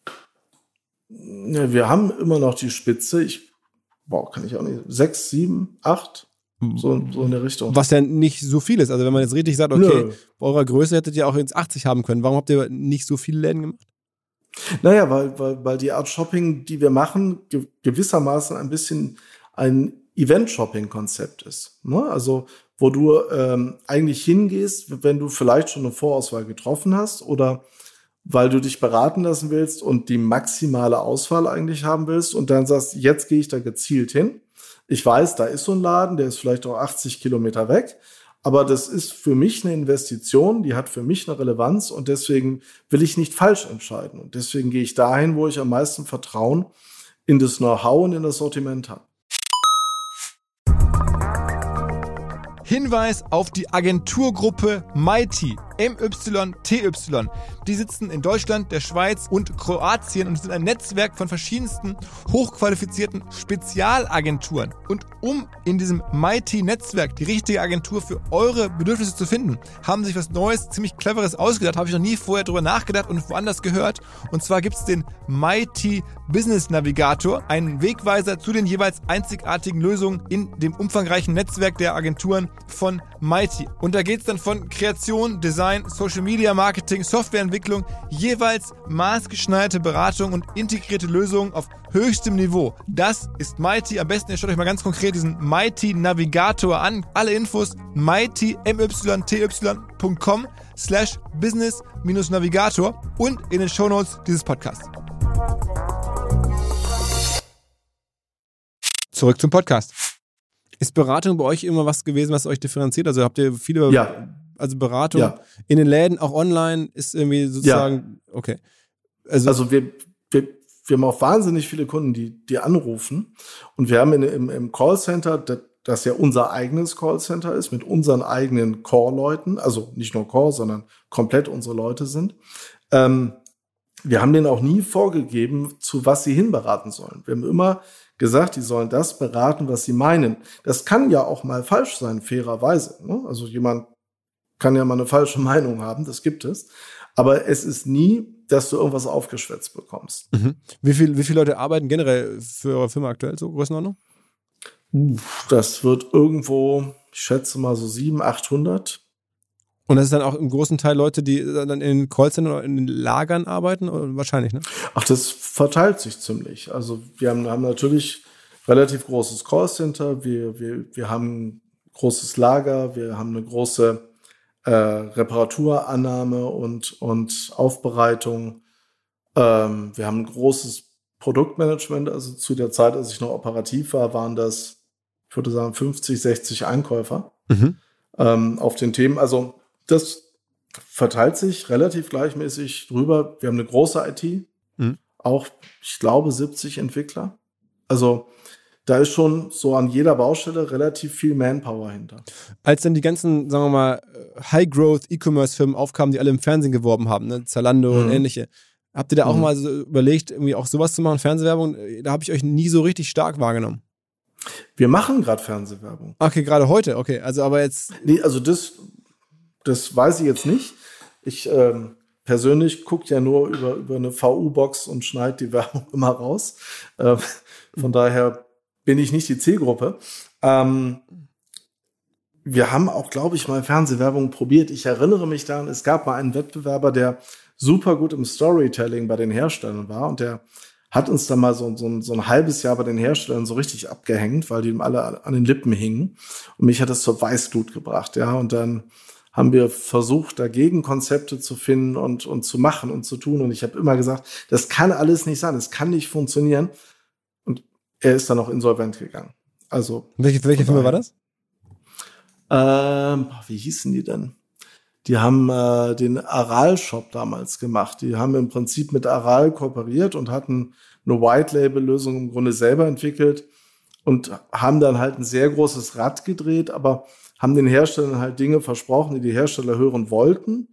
Ja, wir haben immer noch die Spitze. Kann ich auch nicht. 6, 7, 8. So in der Richtung. Was ja nicht so viel ist. Also wenn man jetzt richtig sagt, okay, bei eurer Größe hättet ihr auch jetzt 80 haben können. Warum habt ihr nicht so viele Läden gemacht? Naja, weil die Art Shopping, die wir machen, gewissermaßen ein bisschen ein Event-Shopping-Konzept ist. Ne? Also wo du eigentlich hingehst, wenn du vielleicht schon eine Vorauswahl getroffen hast oder weil du dich beraten lassen willst und die maximale Auswahl eigentlich haben willst und dann sagst, jetzt gehe ich da gezielt hin. Ich weiß, da ist so ein Laden, der ist vielleicht auch 80 Kilometer weg, aber das ist für mich eine Investition, die hat für mich eine Relevanz und deswegen will ich nicht falsch entscheiden. Und deswegen gehe ich dahin, wo ich am meisten Vertrauen in das Know-how und in das Sortiment habe. Hinweis auf die Agenturgruppe Mighty, MYTY. Die sitzen in Deutschland, der Schweiz und Kroatien und sind ein Netzwerk von verschiedensten hochqualifizierten Spezialagenturen. Und um in diesem Mighty-Netzwerk die richtige Agentur für eure Bedürfnisse zu finden, haben sich was Neues, ziemlich Cleveres ausgedacht. Habe ich noch nie vorher drüber nachgedacht und woanders gehört. Und zwar gibt es den Mighty Business Navigator, einen Wegweiser zu den jeweils einzigartigen Lösungen in dem umfangreichen Netzwerk der Agenturen von Mighty. Und da geht es dann von Kreation, Design, Social Media Marketing, Softwareentwicklung, jeweils maßgeschneiderte Beratung und integrierte Lösungen auf höchstem Niveau. Das ist Mighty. Am besten ihr schaut euch mal ganz konkret diesen Mighty Navigator an. Alle Infos mighty.com/business-navigator und in den Shownotes dieses Podcasts. Zurück zum Podcast. Ist Beratung bei euch immer was gewesen, was euch differenziert? Also habt ihr viele, also Beratung in den Läden, auch online, ist irgendwie sozusagen, okay. Also wir haben auch wahnsinnig viele Kunden, die anrufen und wir haben im Callcenter, das ja unser eigenes Callcenter ist, mit unseren eigenen Core-Leuten, also nicht nur Core, sondern komplett unsere Leute sind. Wir haben denen auch nie vorgegeben, zu was sie hinberaten sollen. Wir haben immer gesagt, die sollen das beraten, was sie meinen. Das kann ja auch mal falsch sein, fairerweise. Ne? Also jemand kann ja mal eine falsche Meinung haben, das gibt es. Aber es ist nie, dass du irgendwas aufgeschwätzt bekommst. Mhm. Wie viele Leute arbeiten generell für eure Firma aktuell, so Größenordnung? Das wird irgendwo, ich schätze mal so 700, 800. Und das ist dann auch im großen Teil Leute, die dann in den Callcentern oder in den Lagern arbeiten? Oder wahrscheinlich, ne? Ach, das verteilt sich ziemlich. Also wir haben natürlich relativ großes Callcenter, wir haben ein großes Lager, wir haben eine große Reparaturannahme und Aufbereitung. Wir haben ein großes Produktmanagement. Also zu der Zeit, als ich noch operativ war, waren das, ich würde sagen, 50, 60 Einkäufer auf den Themen. Also das verteilt sich relativ gleichmäßig drüber. Wir haben eine große IT, auch, ich glaube, 70 Entwickler. Also da ist schon so an jeder Baustelle relativ viel Manpower hinter. Als dann die ganzen, sagen wir mal, High-Growth-E-Commerce-Firmen aufkamen, die alle im Fernsehen geworben haben, ne? Zalando und ähnliche, habt ihr da auch mal so überlegt, irgendwie auch sowas zu machen, Fernsehwerbung? Da habe ich euch nie so richtig stark wahrgenommen. Wir machen gerade Fernsehwerbung. Okay, gerade heute, okay. Also aber jetzt... Nee, also das weiß ich jetzt nicht. Ich persönlich gucke ja nur über eine VU-Box und schneide die Werbung immer raus. Von daher bin ich nicht die Zielgruppe. Wir haben auch, glaube ich, mal Fernsehwerbung probiert. Ich erinnere mich daran, es gab mal einen Wettbewerber, der super gut im Storytelling bei den Herstellern war und der hat uns dann mal so ein halbes Jahr bei den Herstellern so richtig abgehängt, weil die ihm alle an den Lippen hingen. Und mich hat das zur Weißglut gebracht, ja. Und dann haben wir versucht, dagegen Konzepte zu finden und zu machen und zu tun. Und ich habe immer gesagt, das kann alles nicht sein, das kann nicht funktionieren. Und er ist dann auch insolvent gegangen. Also Welche Firma war das? Wie hießen die denn? Die haben den Aral-Shop damals gemacht. Die haben im Prinzip mit Aral kooperiert und hatten eine White-Label-Lösung im Grunde selber entwickelt und haben dann halt ein sehr großes Rad gedreht, aber haben den Herstellern halt Dinge versprochen, die Hersteller hören wollten.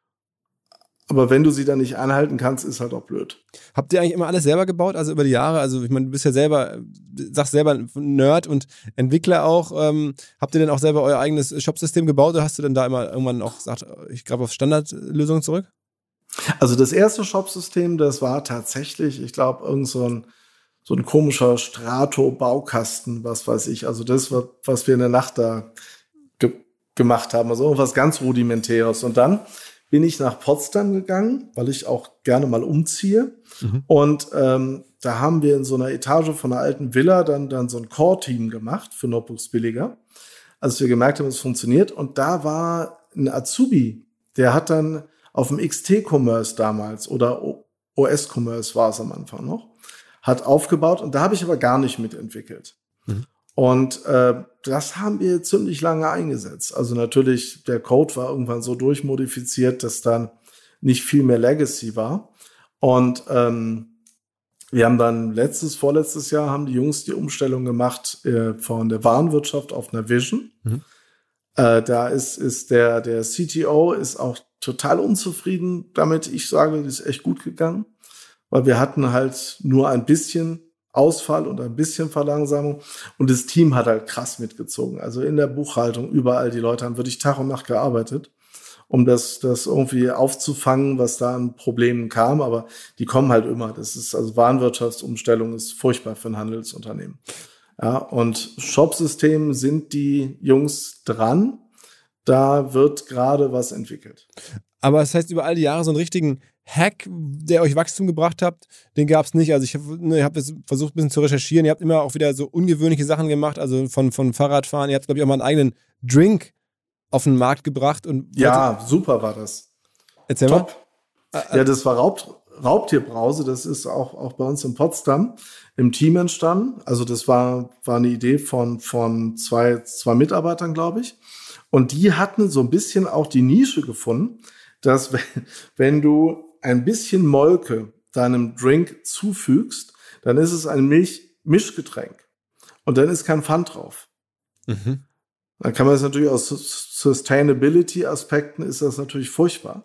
Aber wenn du sie dann nicht einhalten kannst, ist halt auch blöd. Habt ihr eigentlich immer alles selber gebaut, also über die Jahre? Also ich meine, du bist ja sagst selber Nerd und Entwickler auch. Habt ihr denn auch selber euer eigenes Shopsystem gebaut oder hast du denn da immer irgendwann auch gesagt, ich greife auf Standardlösungen zurück? Also das erste Shopsystem, das war tatsächlich, ich glaube, so ein komischer Strato-Baukasten, was weiß ich. Also das, was wir in der Nacht da gemacht haben. Also irgendwas ganz Rudimentäres. Und dann bin ich nach Potsdam gegangen, weil ich auch gerne mal umziehe. Mhm. Und da haben wir in so einer Etage von einer alten Villa dann so ein Core-Team gemacht für Notebooks billiger. Als wir gemerkt haben, es funktioniert. Und da war ein Azubi, der hat dann auf dem XT-Commerce damals oder OS-Commerce war es am Anfang noch, hat aufgebaut. Und da habe ich aber gar nicht mitentwickelt. Mhm. Und das haben wir ziemlich lange eingesetzt. Also natürlich, der Code war irgendwann so durchmodifiziert, dass dann nicht viel mehr Legacy war. Und wir haben dann vorletztes Jahr haben die Jungs die Umstellung gemacht von der Warenwirtschaft auf Navision. Mhm. Da ist der CTO ist auch total unzufrieden damit. Ich sage, das ist echt gut gegangen, weil wir hatten halt nur ein bisschen Ausfall und ein bisschen Verlangsamung. Und das Team hat halt krass mitgezogen. Also in der Buchhaltung, überall, die Leute haben wirklich Tag und Nacht gearbeitet, um das irgendwie aufzufangen, was da an Problemen kam. Aber die kommen halt immer. Also Warenwirtschaftsumstellung ist furchtbar für ein Handelsunternehmen. Ja, und Shopsystem sind die Jungs dran. Da wird gerade was entwickelt. Aber das heißt, über all die Jahre so einen richtigen Hack, der euch Wachstum gebracht hat, den gab es nicht. Also ich hab jetzt versucht, ein bisschen zu recherchieren. Ihr habt immer auch wieder so ungewöhnliche Sachen gemacht, also von Fahrradfahren. Ihr habt, glaube ich, auch mal einen eigenen Drink auf den Markt gebracht. Ja, super war das. Erzähl Top. Mal. Ja, das war Raubtierbrause. Das ist auch bei uns in Potsdam im Team entstanden. Also das war eine Idee von zwei Mitarbeitern, glaube ich. Und die hatten so ein bisschen auch die Nische gefunden, dass wenn du ein bisschen Molke deinem Drink zufügst, dann ist es ein Mischgetränk. Und dann ist kein Pfand drauf. Mhm. Dann kann man es natürlich aus Sustainability-Aspekten ist das natürlich furchtbar.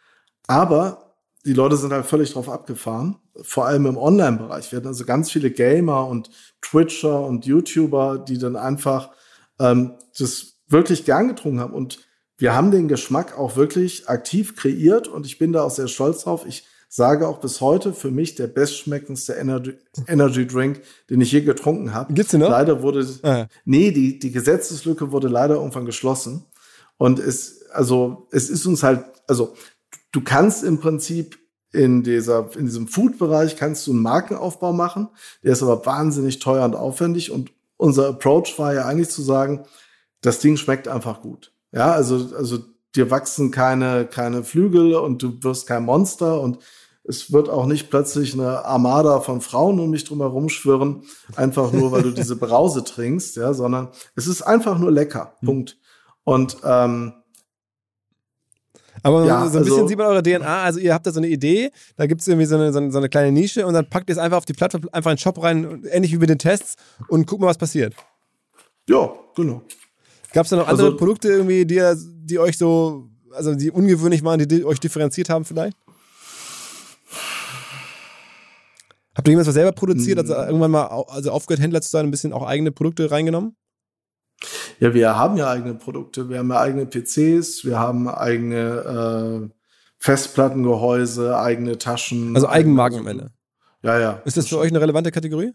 Aber die Leute sind halt völlig drauf abgefahren, vor allem im Online-Bereich. Wir hatten also ganz viele Gamer und Twitcher und YouTuber, die dann einfach das wirklich gern getrunken haben. Und wir haben den Geschmack auch wirklich aktiv kreiert und ich bin da auch sehr stolz drauf. Ich sage auch bis heute, für mich der bestschmeckendste Energy Drink, den ich je getrunken habe. Gibt's den noch? Leider wurde, die Gesetzeslücke wurde leider irgendwann geschlossen. Und es ist uns halt, also du kannst im Prinzip in diesem Food-Bereich kannst du einen Markenaufbau machen. Der ist aber wahnsinnig teuer und aufwendig. Und unser Approach war ja eigentlich zu sagen, das Ding schmeckt einfach gut. Ja, also dir wachsen keine Flügel und du wirst kein Monster und es wird auch nicht plötzlich eine Armada von Frauen um dich drum herum schwirren, einfach nur, weil du diese Brause trinkst, ja, sondern es ist einfach nur lecker. Punkt. Und aber ja, so ein bisschen sieht man eure DNA, also ihr habt da so eine Idee, da gibt es irgendwie so eine kleine Nische und dann packt ihr es einfach auf die Plattform, einfach in den Shop rein, ähnlich wie mit den Tests und guckt mal, was passiert. Ja, genau. Gab es da noch andere Produkte irgendwie, die euch so, also die ungewöhnlich waren, die euch differenziert haben vielleicht? Habt ihr jemals was selber produziert, also irgendwann mal aufgehört, Händler zu sein, ein bisschen auch eigene Produkte reingenommen? Ja, wir haben ja eigene Produkte. Wir haben ja eigene PCs, wir haben eigene Festplattengehäuse, eigene Taschen. Also Eigenmarken am Ende? Ja. Ist das für euch eine relevante Kategorie?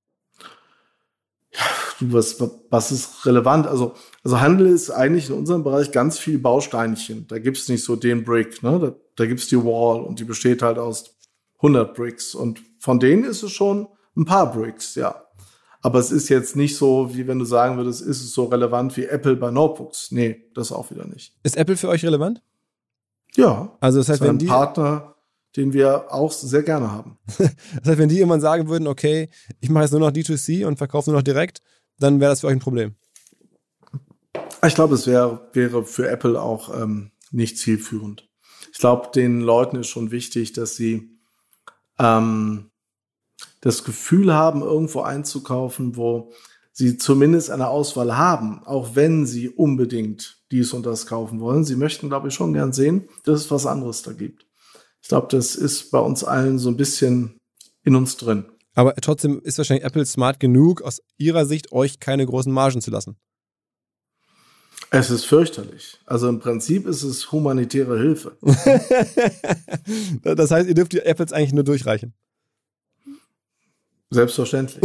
Was ist relevant? Also Handel ist eigentlich in unserem Bereich ganz viel Bausteinchen. Da gibt's nicht so den Brick, ne? Da gibt's die Wall und die besteht halt aus 100 Bricks und von denen ist es schon ein paar Bricks, ja. Aber es ist jetzt nicht so, wie wenn du sagen würdest, ist es so relevant wie Apple bei Notebooks. Nee, das auch wieder nicht. Ist Apple für euch relevant? Ja. Also das heißt, wenn ein Partner, den wir auch sehr gerne haben. Das heißt, wenn die irgendwann sagen würden, okay, ich mache jetzt nur noch D2C und verkaufe nur noch direkt, dann wäre das für euch ein Problem. Ich glaube, es wäre für Apple auch nicht zielführend. Ich glaube, den Leuten ist schon wichtig, dass sie das Gefühl haben, irgendwo einzukaufen, wo sie zumindest eine Auswahl haben, auch wenn sie unbedingt dies und das kaufen wollen. Sie möchten, glaube ich, schon gern sehen, dass es was anderes da gibt. Ich glaube, das ist bei uns allen so ein bisschen in uns drin. Aber trotzdem ist wahrscheinlich Apple smart genug, aus ihrer Sicht euch keine großen Margen zu lassen. Es ist fürchterlich. Also im Prinzip ist es humanitäre Hilfe. Das heißt, ihr dürft die Apples eigentlich nur durchreichen. Selbstverständlich.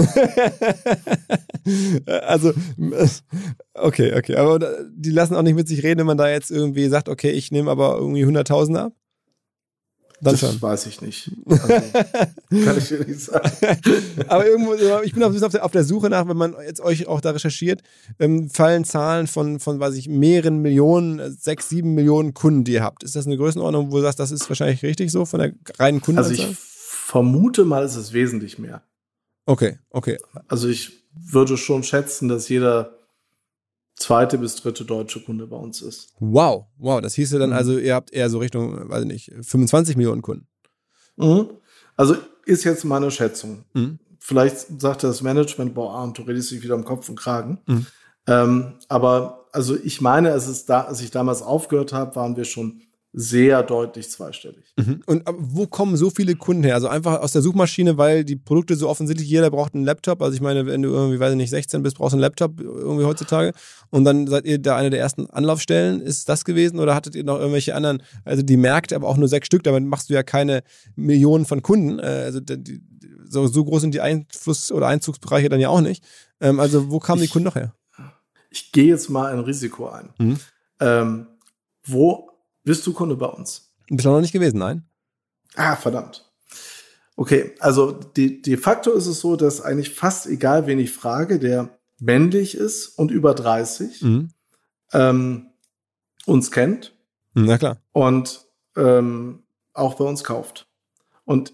Also, okay. Aber die lassen auch nicht mit sich reden, wenn man da jetzt irgendwie sagt, okay, ich nehme aber irgendwie 100.000 ab? Dann das schon. Weiß ich nicht. Also, kann ich dir nicht sagen. Aber irgendwo, ich bin auf der Suche nach, wenn man jetzt euch auch da recherchiert, fallen Zahlen von weiß ich, mehreren Millionen, 6, 7 Millionen Kunden, die ihr habt. Ist das eine Größenordnung, wo du sagst, das ist wahrscheinlich richtig so von der reinen Kundenanzahl? Also ich vermute mal, es ist wesentlich mehr. Okay. Also ich würde schon schätzen, dass jeder 2. bis 3. deutsche Kunde bei uns ist. Wow. Das hieße dann also, ihr habt eher so Richtung, weiß ich nicht, 25 Millionen Kunden. Also ist jetzt meine Schätzung. Vielleicht sagt das Management, Arndt, du redest dich wieder um Kopf und Kragen. Aber also ich meine, als ich damals aufgehört habe, waren wir schon sehr deutlich zweistellig. Und wo kommen so viele Kunden her? Also einfach aus der Suchmaschine, weil die Produkte so offensichtlich, jeder braucht einen Laptop. Also ich meine, wenn du irgendwie, weiß ich nicht, 16 bist, brauchst du einen Laptop irgendwie heutzutage. Und dann seid ihr da eine der ersten Anlaufstellen. Ist das gewesen? Oder hattet ihr noch irgendwelche anderen, also die Märkte, aber auch nur 6 Stück, damit machst du ja keine Millionen von Kunden. Also so groß sind die Einfluss- oder Einzugsbereiche dann ja auch nicht. Also wo kamen die Kunden noch her? Ich gehe jetzt mal ein Risiko ein. Wo bist du Kunde bei uns? Bislang noch nicht gewesen, nein. Verdammt. Okay, also de facto ist es so, dass eigentlich fast egal, wen ich frage, der männlich ist und über 30, uns kennt. Na klar. Und auch bei uns kauft. Und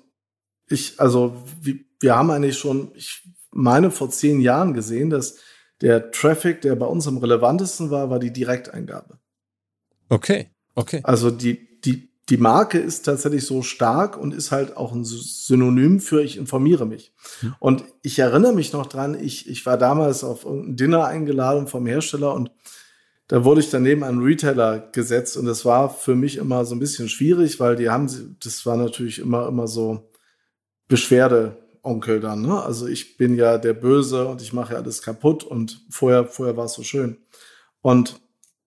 wir haben eigentlich schon, ich meine, vor 10 Jahren gesehen, dass der Traffic, der bei uns am relevantesten war die Direkteingabe. Okay. Also die Marke ist tatsächlich so stark und ist halt auch ein Synonym für ich informiere mich. Und ich erinnere mich noch dran, ich war damals auf irgendein Dinner eingeladen vom Hersteller und da wurde ich dann neben einen Retailer gesetzt und das war für mich immer so ein bisschen schwierig, weil das war natürlich immer so Beschwerdeonkel dann, ne? Also ich bin ja der Böse und ich mache ja alles kaputt und vorher war es so schön. Und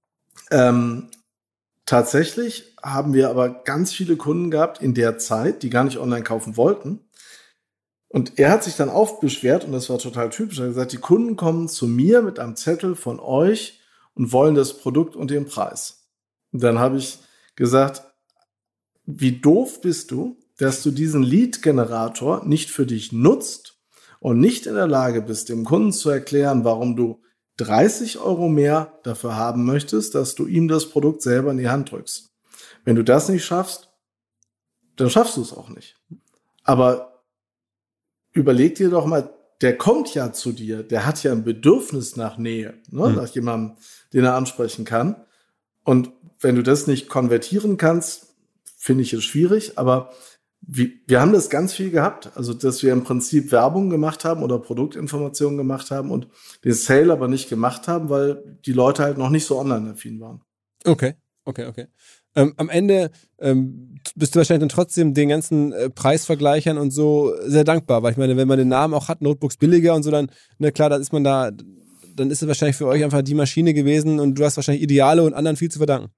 tatsächlich haben wir aber ganz viele Kunden gehabt in der Zeit, die gar nicht online kaufen wollten. Und er hat sich dann beschwert, und das war total typisch, er hat gesagt, die Kunden kommen zu mir mit einem Zettel von euch und wollen das Produkt und den Preis. Und dann habe ich gesagt, wie doof bist du, dass du diesen Lead-Generator nicht für dich nutzt und nicht in der Lage bist, dem Kunden zu erklären, warum du 30 € mehr dafür haben möchtest, dass du ihm das Produkt selber in die Hand drückst. Wenn du das nicht schaffst, dann schaffst du es auch nicht. Aber überleg dir doch mal, der kommt ja zu dir, der hat ja ein Bedürfnis nach Nähe, ne? Nach jemandem, den er ansprechen kann. Und wenn du das nicht konvertieren kannst, finde ich es schwierig, aber wir haben das ganz viel gehabt, also dass wir im Prinzip Werbung gemacht haben oder Produktinformationen gemacht haben und den Sale aber nicht gemacht haben, weil die Leute halt noch nicht so online-affin waren. Okay. Am Ende bist du wahrscheinlich dann trotzdem den ganzen Preisvergleichern und so sehr dankbar, weil ich meine, wenn man den Namen auch hat, Notebooks billiger und so, dann, klar, dann ist es wahrscheinlich für euch einfach die Maschine gewesen und du hast wahrscheinlich Ideale und anderen viel zu verdanken.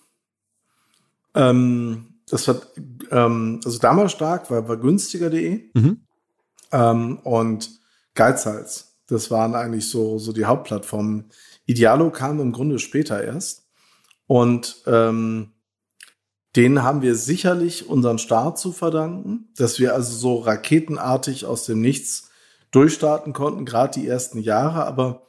Das hat also damals stark, war günstiger.de und Geizhals. Das waren eigentlich so die Hauptplattformen. Idealo kam im Grunde später erst und denen haben wir sicherlich unseren Start zu verdanken, dass wir also so raketenartig aus dem Nichts durchstarten konnten, gerade die ersten Jahre. Aber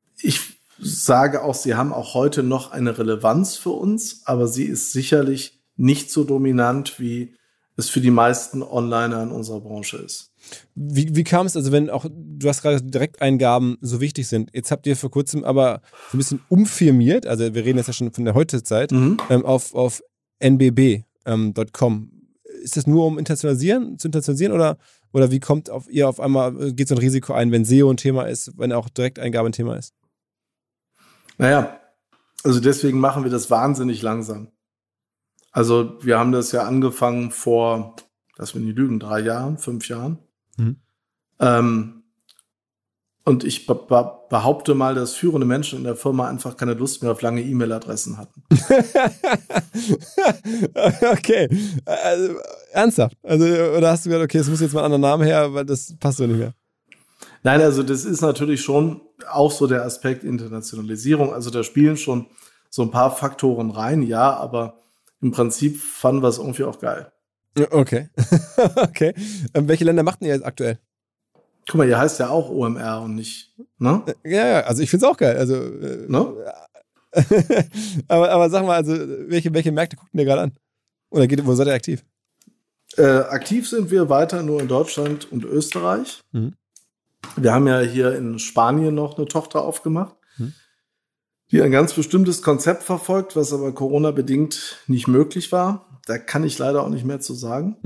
ich sage auch, sie haben auch heute noch eine Relevanz für uns, aber sie ist sicherlich nicht so dominant, wie es für die meisten Onliner in unserer Branche ist. Wie kam es, also wenn auch, du hast gerade Direkteingaben so wichtig sind, jetzt habt ihr vor kurzem aber so ein bisschen umfirmiert, also wir reden jetzt ja schon von der Heutezeit, auf nbb.com. Ist das nur um zu internationalisieren oder wie kommt ihr auf einmal, geht so ein Risiko ein, wenn SEO ein Thema ist, wenn auch Direkteingabe ein Thema ist? Naja, also deswegen machen wir das wahnsinnig langsam. Also wir haben das ja angefangen vor, lass mich nicht lügen, 3 Jahren, 5 Jahren. Und ich behaupte mal, dass führende Menschen in der Firma einfach keine Lust mehr auf lange E-Mail-Adressen hatten. Okay, also, ernsthaft? Also, oder hast du gesagt, okay, es muss jetzt mal ein anderer Name her, weil das passt so nicht mehr? Nein, also das ist natürlich schon auch so der Aspekt Internationalisierung. Also da spielen schon so ein paar Faktoren rein, ja, aber im Prinzip fanden wir es irgendwie auch geil. Okay. Okay. Welche Länder macht ihr jetzt aktuell? Guck mal, ihr heißt ja auch OMR und nicht, ne? Ja, also ich finde es auch geil. Also, ne? aber sag mal, also welche Märkte guckt ihr gerade an? Oder wo seid ihr aktiv? Aktiv sind wir weiter nur in Deutschland und Österreich. Wir haben ja hier in Spanien noch eine Tochter aufgemacht, die ein ganz bestimmtes Konzept verfolgt, was aber Corona-bedingt nicht möglich war. Da kann ich leider auch nicht mehr zu sagen.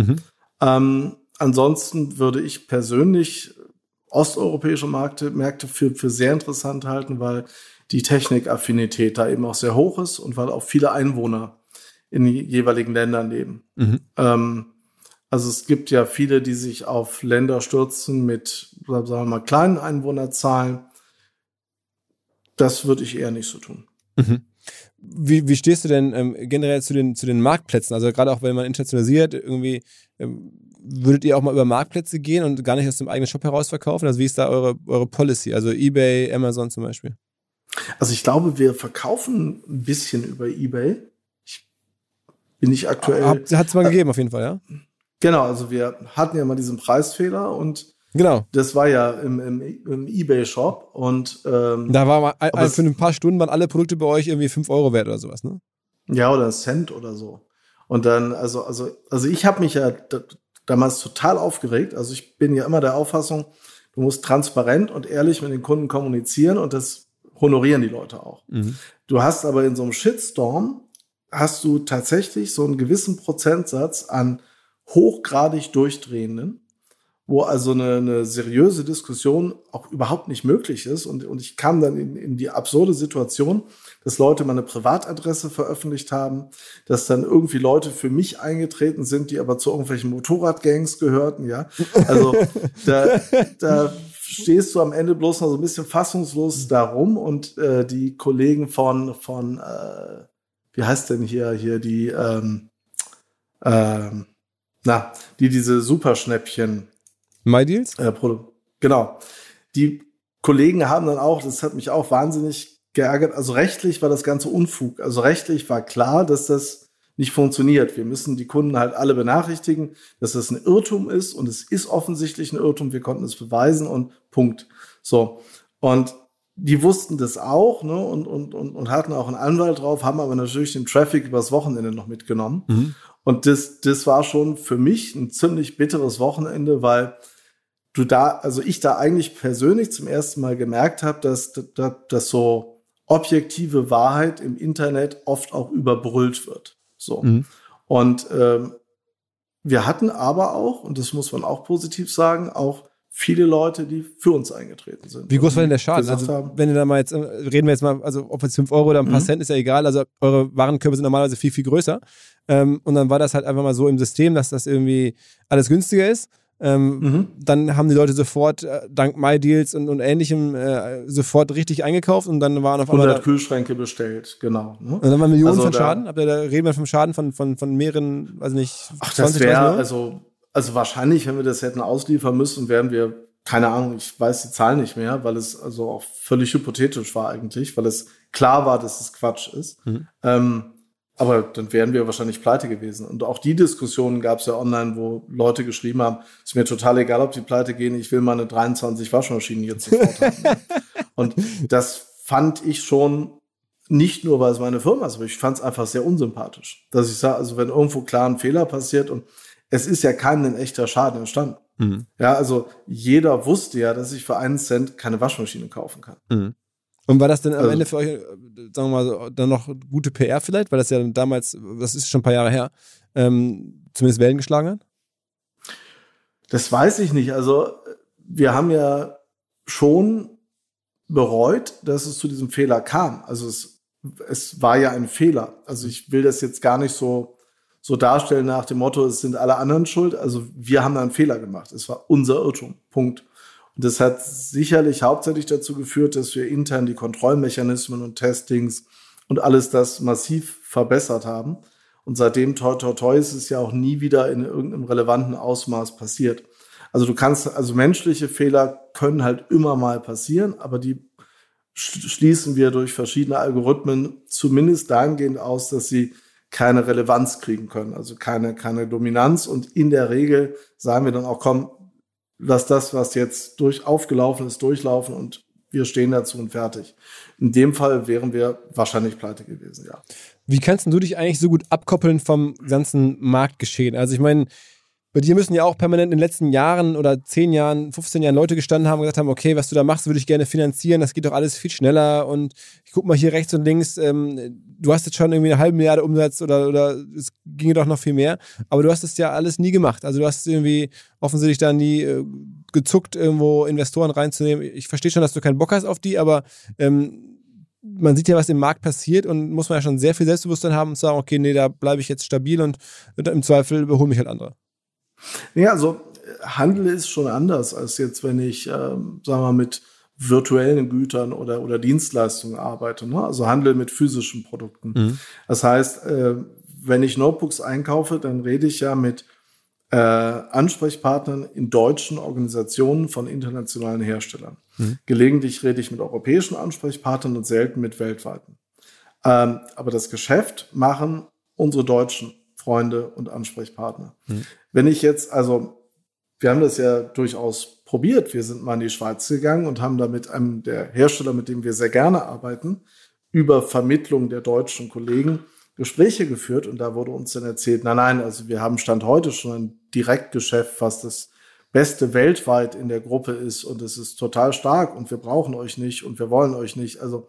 Ansonsten würde ich persönlich osteuropäische Märkte für sehr interessant halten, weil die Technikaffinität da eben auch sehr hoch ist und weil auch viele Einwohner in den jeweiligen Ländern leben. Also es gibt ja viele, die sich auf Länder stürzen mit, sagen wir mal, kleinen Einwohnerzahlen. Das würde ich eher nicht so tun. Wie stehst du denn generell zu den Marktplätzen? Also gerade auch, wenn man internationalisiert, irgendwie würdet ihr auch mal über Marktplätze gehen und gar nicht aus dem eigenen Shop heraus verkaufen? Also wie ist da eure Policy? Also eBay, Amazon zum Beispiel? Also ich glaube, wir verkaufen ein bisschen über eBay. Bin ich aktuell... Hat es mal gegeben auf jeden Fall, ja? Genau, also wir hatten ja mal diesen Preisfehler und genau. Das war ja im eBay-Shop und da war mal für ein paar Stunden waren alle Produkte bei euch irgendwie 5 Euro wert oder sowas, ne? Ja, oder Cent oder so. Und dann, also ich habe mich ja damals total aufgeregt. Also ich bin ja immer der Auffassung, du musst transparent und ehrlich mit den Kunden kommunizieren und das honorieren die Leute auch. Du hast aber in so einem Shitstorm hast du tatsächlich so einen gewissen Prozentsatz an hochgradig Durchdrehenden, wo also eine seriöse Diskussion auch überhaupt nicht möglich ist. Und ich kam dann in die absurde Situation, dass Leute meine Privatadresse veröffentlicht haben, dass dann irgendwie Leute für mich eingetreten sind, die aber zu irgendwelchen Motorradgangs gehörten, ja. Also da stehst du am Ende bloß noch so ein bisschen fassungslos darum und die Kollegen von wie heißt denn hier die die diese Superschnäppchen MyDeals? Genau. Die Kollegen haben dann auch, das hat mich auch wahnsinnig geärgert, also rechtlich war das Ganze Unfug. Also rechtlich war klar, dass das nicht funktioniert. Wir müssen die Kunden halt alle benachrichtigen, dass das ein Irrtum ist und es ist offensichtlich ein Irrtum. Wir konnten es beweisen und Punkt. So. Und die wussten das auch, ne, und hatten auch einen Anwalt drauf, haben aber natürlich den Traffic übers Wochenende noch mitgenommen. Und das war schon für mich ein ziemlich bitteres Wochenende, weil ich da eigentlich persönlich zum ersten Mal gemerkt habe, dass so objektive Wahrheit im Internet oft auch überbrüllt wird. So. Und wir hatten aber auch, und das muss man auch positiv sagen, auch viele Leute, die für uns eingetreten sind. Wie groß war denn der Schaden? Also, wenn ihr da mal jetzt, reden wir jetzt mal, also ob jetzt 5 Euro oder ein paar Cent, ist ja egal. Also, eure Warenkörbe sind normalerweise viel, viel größer. Und dann war das halt einfach mal so im System, dass das irgendwie alles günstiger ist. Dann haben die Leute sofort, dank MyDeals und Ähnlichem, sofort richtig eingekauft und dann waren auf einmal 100 Kühlschränke bestellt, genau. Ne? Und dann waren Millionen von Schaden. Reden wir vom Schaden von mehreren, weiß nicht, ach, das wäre, also wahrscheinlich, wenn wir das hätten ausliefern müssen, wären wir, keine Ahnung, ich weiß die Zahl nicht mehr, weil es also auch völlig hypothetisch war eigentlich, weil es klar war, dass es Quatsch ist. Aber dann wären wir wahrscheinlich pleite gewesen. Und auch die Diskussionen gab es ja online, wo Leute geschrieben haben, ist mir total egal, ob die pleite gehen, ich will meine 23 Waschmaschinen jetzt sofort haben. Und das fand ich schon nicht nur, weil es meine Firma ist, aber ich fand es einfach sehr unsympathisch. Dass ich sage, also wenn irgendwo klar ein Fehler passiert und es ist ja kein echter Schaden entstanden. Mhm. Ja, also jeder wusste ja, dass ich für 1 Cent keine Waschmaschine kaufen kann. Mhm. Und war das denn am Ende für euch, sagen wir mal, dann noch gute PR vielleicht? Weil das ja damals, das ist schon ein paar Jahre her, zumindest Wellen geschlagen hat? Das weiß ich nicht. Also wir haben ja schon bereut, dass es zu diesem Fehler kam. Also es war ja ein Fehler. Also ich will das jetzt gar nicht so darstellen nach dem Motto, es sind alle anderen schuld. Also wir haben da einen Fehler gemacht. Es war unser Irrtum. Punkt. Und das hat sicherlich hauptsächlich dazu geführt, dass wir intern die Kontrollmechanismen und Testings und alles das massiv verbessert haben. Und seitdem, toi, toi, toi, ist es ja auch nie wieder in irgendeinem relevanten Ausmaß passiert. Also menschliche Fehler können halt immer mal passieren, aber die schließen wir durch verschiedene Algorithmen zumindest dahingehend aus, dass sie keine Relevanz kriegen können, also keine Dominanz. Und in der Regel sagen wir dann auch, komm, lass das, was jetzt aufgelaufen ist, durchlaufen und wir stehen dazu und fertig. In dem Fall wären wir wahrscheinlich pleite gewesen, ja. Wie kannst du dich eigentlich so gut abkoppeln vom ganzen Marktgeschehen? Also ich meine, bei dir müssen ja auch permanent in den letzten Jahren oder 10 Jahren, 15 Jahren Leute gestanden haben und gesagt haben, okay, was du da machst, würde ich gerne finanzieren, das geht doch alles viel schneller und ich guck mal hier rechts und links, du hast jetzt schon irgendwie 1,5 Milliarde Umsatz oder es ginge doch noch viel mehr, aber du hast es ja alles nie gemacht. Also du hast irgendwie offensichtlich da nie gezuckt, irgendwo Investoren reinzunehmen. Ich verstehe schon, dass du keinen Bock hast auf die, aber man sieht ja, was im Markt passiert und muss man ja schon sehr viel Selbstbewusstsein haben und sagen, okay, nee, da bleibe ich jetzt stabil und im Zweifel überholen mich halt andere. Ja, also Handel ist schon anders, als jetzt, wenn ich, sagen wir mal, mit virtuellen Gütern oder Dienstleistungen arbeite. Ne? Also Handel mit physischen Produkten. Mhm. Das heißt, wenn ich Notebooks einkaufe, dann rede ich ja mit Ansprechpartnern in deutschen Organisationen von internationalen Herstellern. Mhm. Gelegentlich rede ich mit europäischen Ansprechpartnern und selten mit weltweiten. Aber das Geschäft machen unsere deutschen Freunde und Ansprechpartner. Mhm. Wenn ich jetzt, also wir haben das ja durchaus probiert, wir sind mal in die Schweiz gegangen und haben da mit einem der Hersteller, mit dem wir sehr gerne arbeiten, über Vermittlung der deutschen Kollegen Gespräche geführt und da wurde uns dann erzählt, nein, also wir haben Stand heute schon ein Direktgeschäft, was das Beste weltweit in der Gruppe ist und es ist total stark und wir brauchen euch nicht und wir wollen euch nicht. Also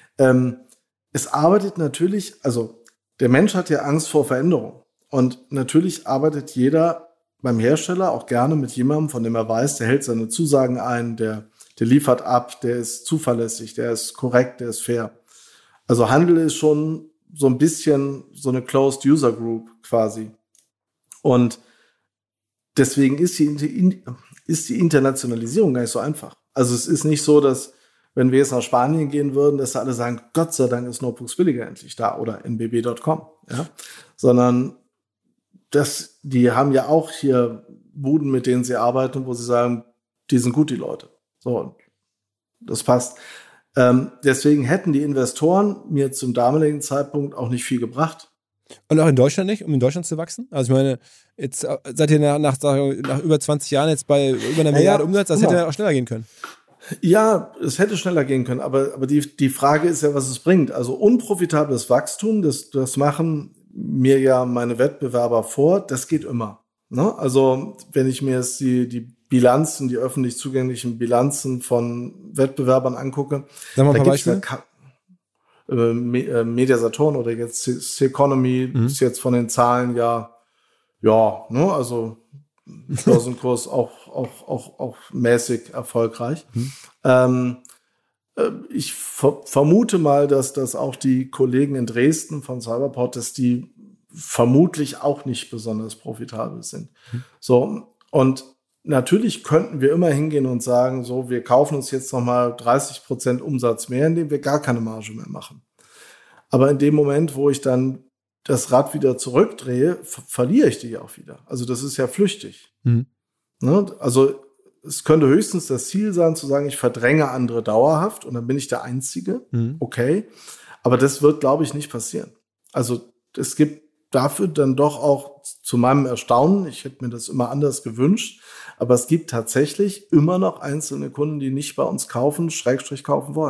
es arbeitet natürlich, also der Mensch hat ja Angst vor Veränderung und natürlich arbeitet jeder beim Hersteller auch gerne mit jemandem, von dem er weiß, der hält seine Zusagen ein, der liefert ab, der ist zuverlässig, der ist korrekt, der ist fair. Also Handel ist schon so ein bisschen so eine Closed User Group quasi. Und deswegen ist die Internationalisierung gar nicht so einfach. Also es ist nicht so, dass, wenn wir jetzt nach Spanien gehen würden, dass alle sagen, Gott sei Dank ist Notebooks billiger endlich da oder nbb.com. Ja? Sondern die haben ja auch hier Buden, mit denen sie arbeiten, wo sie sagen, die sind gut, die Leute. So, das passt. Deswegen hätten die Investoren mir zum damaligen Zeitpunkt auch nicht viel gebracht. Und auch in Deutschland nicht, um in Deutschland zu wachsen? Also ich meine, jetzt seid ihr nach über 20 Jahren jetzt bei über einer Milliarde Umsatz, das hätte ja auch schneller gehen können. Ja, es hätte schneller gehen können, aber die Frage ist ja, was es bringt. Also unprofitables Wachstum, das machen mir ja meine Wettbewerber vor, das geht immer. Ne? Also wenn ich mir jetzt die Bilanzen, die öffentlich zugänglichen Bilanzen von Wettbewerbern angucke, da gibt es Media-Saturn oder jetzt C-Economy ist jetzt von den Zahlen ne, also Börsenkurs auch mäßig erfolgreich. Ich vermute mal, dass das auch die Kollegen in Dresden von Cyberport, dass die vermutlich auch nicht besonders profitabel sind. So, und natürlich könnten wir immer hingehen und sagen, so, wir kaufen uns jetzt nochmal 30% Umsatz mehr, indem wir gar keine Marge mehr machen. Aber in dem Moment, wo ich dann das Rad wieder zurückdrehe, verliere ich die auch wieder. Also das ist ja flüchtig. Mhm. Ne? Also es könnte höchstens das Ziel sein, zu sagen, ich verdränge andere dauerhaft und dann bin ich der Einzige. Mhm. Okay. Aber das wird, glaube ich, nicht passieren. Also es gibt dafür dann doch auch zu meinem Erstaunen, ich hätte mir das immer anders gewünscht, aber es gibt tatsächlich immer noch einzelne Kunden, die nicht bei uns kaufen, / kaufen wollen.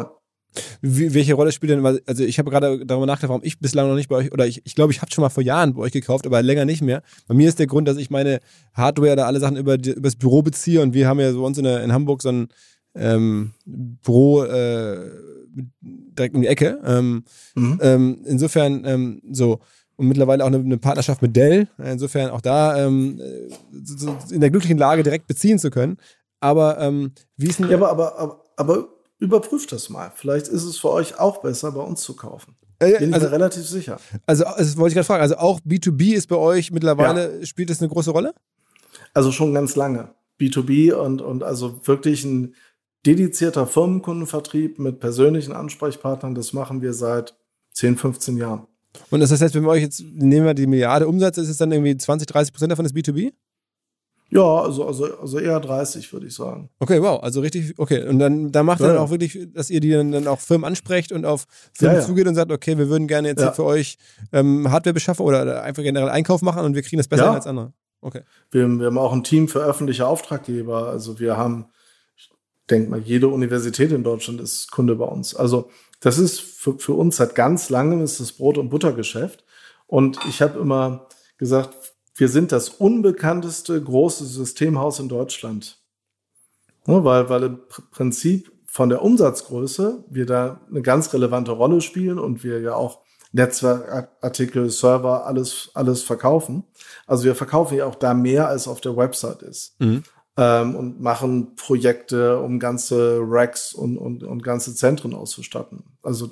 Welche Rolle spielt denn, also ich habe gerade darüber nachgedacht, warum ich bislang noch nicht bei euch, oder ich glaube, ich habe schon mal vor Jahren bei euch gekauft, aber länger nicht mehr. Bei mir ist der Grund, dass ich meine Hardware oder alle Sachen übers Büro beziehe und wir haben ja so uns in Hamburg so ein Büro direkt um die Ecke. Insofern so. Und mittlerweile auch eine Partnerschaft mit Dell. Insofern auch da so in der glücklichen Lage direkt beziehen zu können. Aber wie ist denn... Ja, aber überprüft das mal. Vielleicht ist es für euch auch besser, bei uns zu kaufen. Bin ich mir relativ sicher. Also das wollte ich gerade fragen. Also auch B2B ist bei euch mittlerweile, spielt das eine große Rolle? Also schon ganz lange. B2B und also wirklich ein dedizierter Firmenkundenvertrieb mit persönlichen Ansprechpartnern, das machen wir seit 10, 15 Jahren. Und das heißt, wenn wir euch jetzt, nehmen wir die Milliarde Umsatz, ist es dann irgendwie 20-30% davon ist B2B? Ja, also eher 30, würde ich sagen. Okay, wow, also richtig, okay. Und dann macht ihr dann auch wirklich, dass ihr die dann auch Firmen ansprecht und auf Firmen zugeht und sagt, okay, wir würden gerne jetzt hier für euch Hardware beschaffen oder einfach generell Einkauf machen und wir kriegen das besser hin als andere. Okay. Wir haben auch ein Team für öffentliche Auftraggeber. Also wir haben, ich denke mal, jede Universität in Deutschland ist Kunde bei uns. Also das ist für uns seit ganz langem ist das Brot- und Buttergeschäft. Und ich habe immer gesagt, wir sind das unbekannteste große Systemhaus in Deutschland. Ja, weil im Prinzip von der Umsatzgröße wir da eine ganz relevante Rolle spielen und wir ja auch Netzwerkartikel, Server, alles verkaufen. Also wir verkaufen ja auch da mehr, als auf der Website ist. Und machen Projekte, um ganze Racks und ganze Zentren auszustatten. Also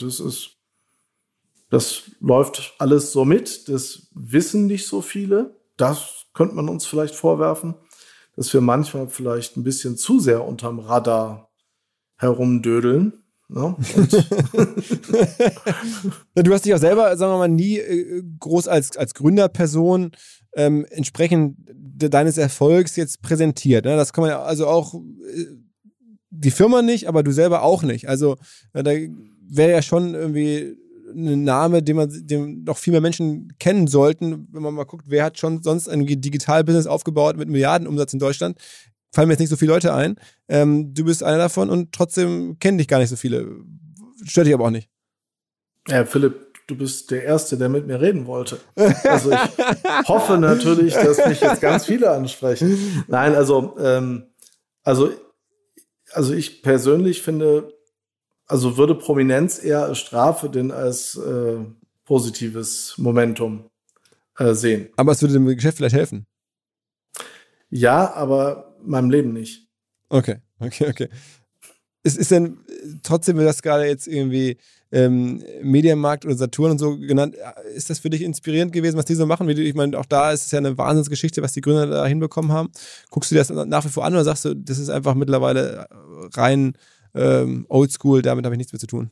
das läuft alles so mit. Das wissen nicht so viele. Das könnte man uns vielleicht vorwerfen, dass wir manchmal vielleicht ein bisschen zu sehr unterm Radar herumdödeln. Ne? Du hast dich auch selber, sagen wir mal, nie groß als Gründerperson entsprechend deines Erfolgs jetzt präsentiert. Ne? Das kann man ja also auch, die Firma nicht, aber du selber auch nicht. Also da wäre ja schon irgendwie ein Name, den noch viel mehr Menschen kennen sollten, wenn man mal guckt, wer hat schon sonst ein Digital-Business aufgebaut mit Milliardenumsatz in Deutschland. Fallen mir jetzt nicht so viele Leute ein. Du bist einer davon und trotzdem kennen dich gar nicht so viele. Stört dich aber auch nicht. Ja, Philipp, du bist der Erste, der mit mir reden wollte. Also ich hoffe natürlich, dass mich jetzt ganz viele ansprechen. Nein, also ich persönlich finde, also würde Prominenz eher als Strafe denn als positives Momentum sehen. Aber es würde dem Geschäft vielleicht helfen. Ja, aber meinem Leben nicht. Okay. Ist denn trotzdem, wenn das gerade jetzt irgendwie Mediamarkt oder Saturn und so genannt, ist das für dich inspirierend gewesen, was die so machen? Ich meine, auch da ist es ja eine Wahnsinnsgeschichte, was die Gründer da hinbekommen haben. Guckst du dir das nach wie vor an oder sagst du, das ist einfach mittlerweile rein oldschool, damit habe ich nichts mehr zu tun?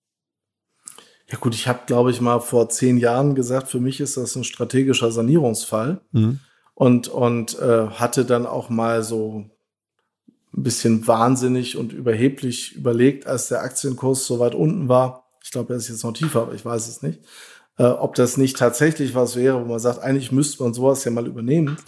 Ja gut, ich habe, glaube ich, mal vor 10 Jahren gesagt, für mich ist das ein strategischer Sanierungsfall. Und hatte dann auch mal so ein bisschen wahnsinnig und überheblich überlegt, als der Aktienkurs so weit unten war. Ich glaube, er ist jetzt noch tiefer, aber ich weiß es nicht. Ob das nicht tatsächlich was wäre, wo man sagt, eigentlich müsste man sowas ja mal übernehmen.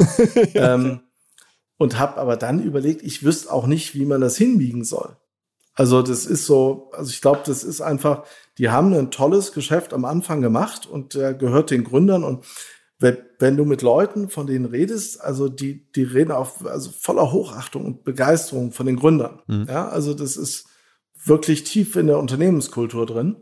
Und habe aber dann überlegt, ich wüsste auch nicht, wie man das hinbiegen soll. Also das ist so, also ich glaube, das ist einfach, die haben ein tolles Geschäft am Anfang gemacht und der gehört den Gründern. Und wenn du mit Leuten, von denen redest, also die reden also voller Hochachtung und Begeisterung von den Gründern. Ja, also das ist wirklich tief in der Unternehmenskultur drin.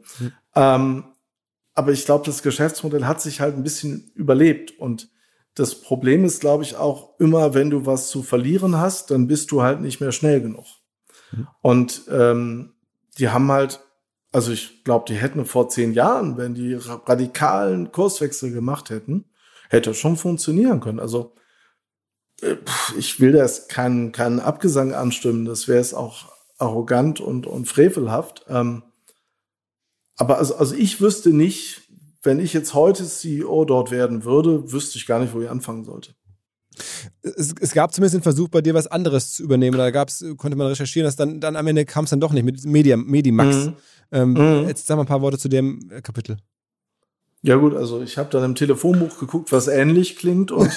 Aber ich glaube, das Geschäftsmodell hat sich halt ein bisschen überlebt. Und das Problem ist, glaube ich, auch immer, wenn du was zu verlieren hast, dann bist du halt nicht mehr schnell genug. Und die haben halt, also ich glaube, die hätten vor 10 Jahren, wenn die radikalen Kurswechsel gemacht hätten, hätte schon funktionieren können. Also ich will das keinen Abgesang anstimmen, das wäre es auch arrogant und frevelhaft. Aber also ich wüsste nicht, wenn ich jetzt heute CEO dort werden würde, wüsste ich gar nicht, wo ich anfangen sollte. Es gab zumindest den Versuch, bei dir was anderes zu übernehmen. Da konnte man recherchieren, dass dann am Ende kam es dann doch nicht mit Medimax. Jetzt sag mal ein paar Worte zu dem Kapitel. Ja gut, also ich habe dann im Telefonbuch geguckt, was ähnlich klingt. Und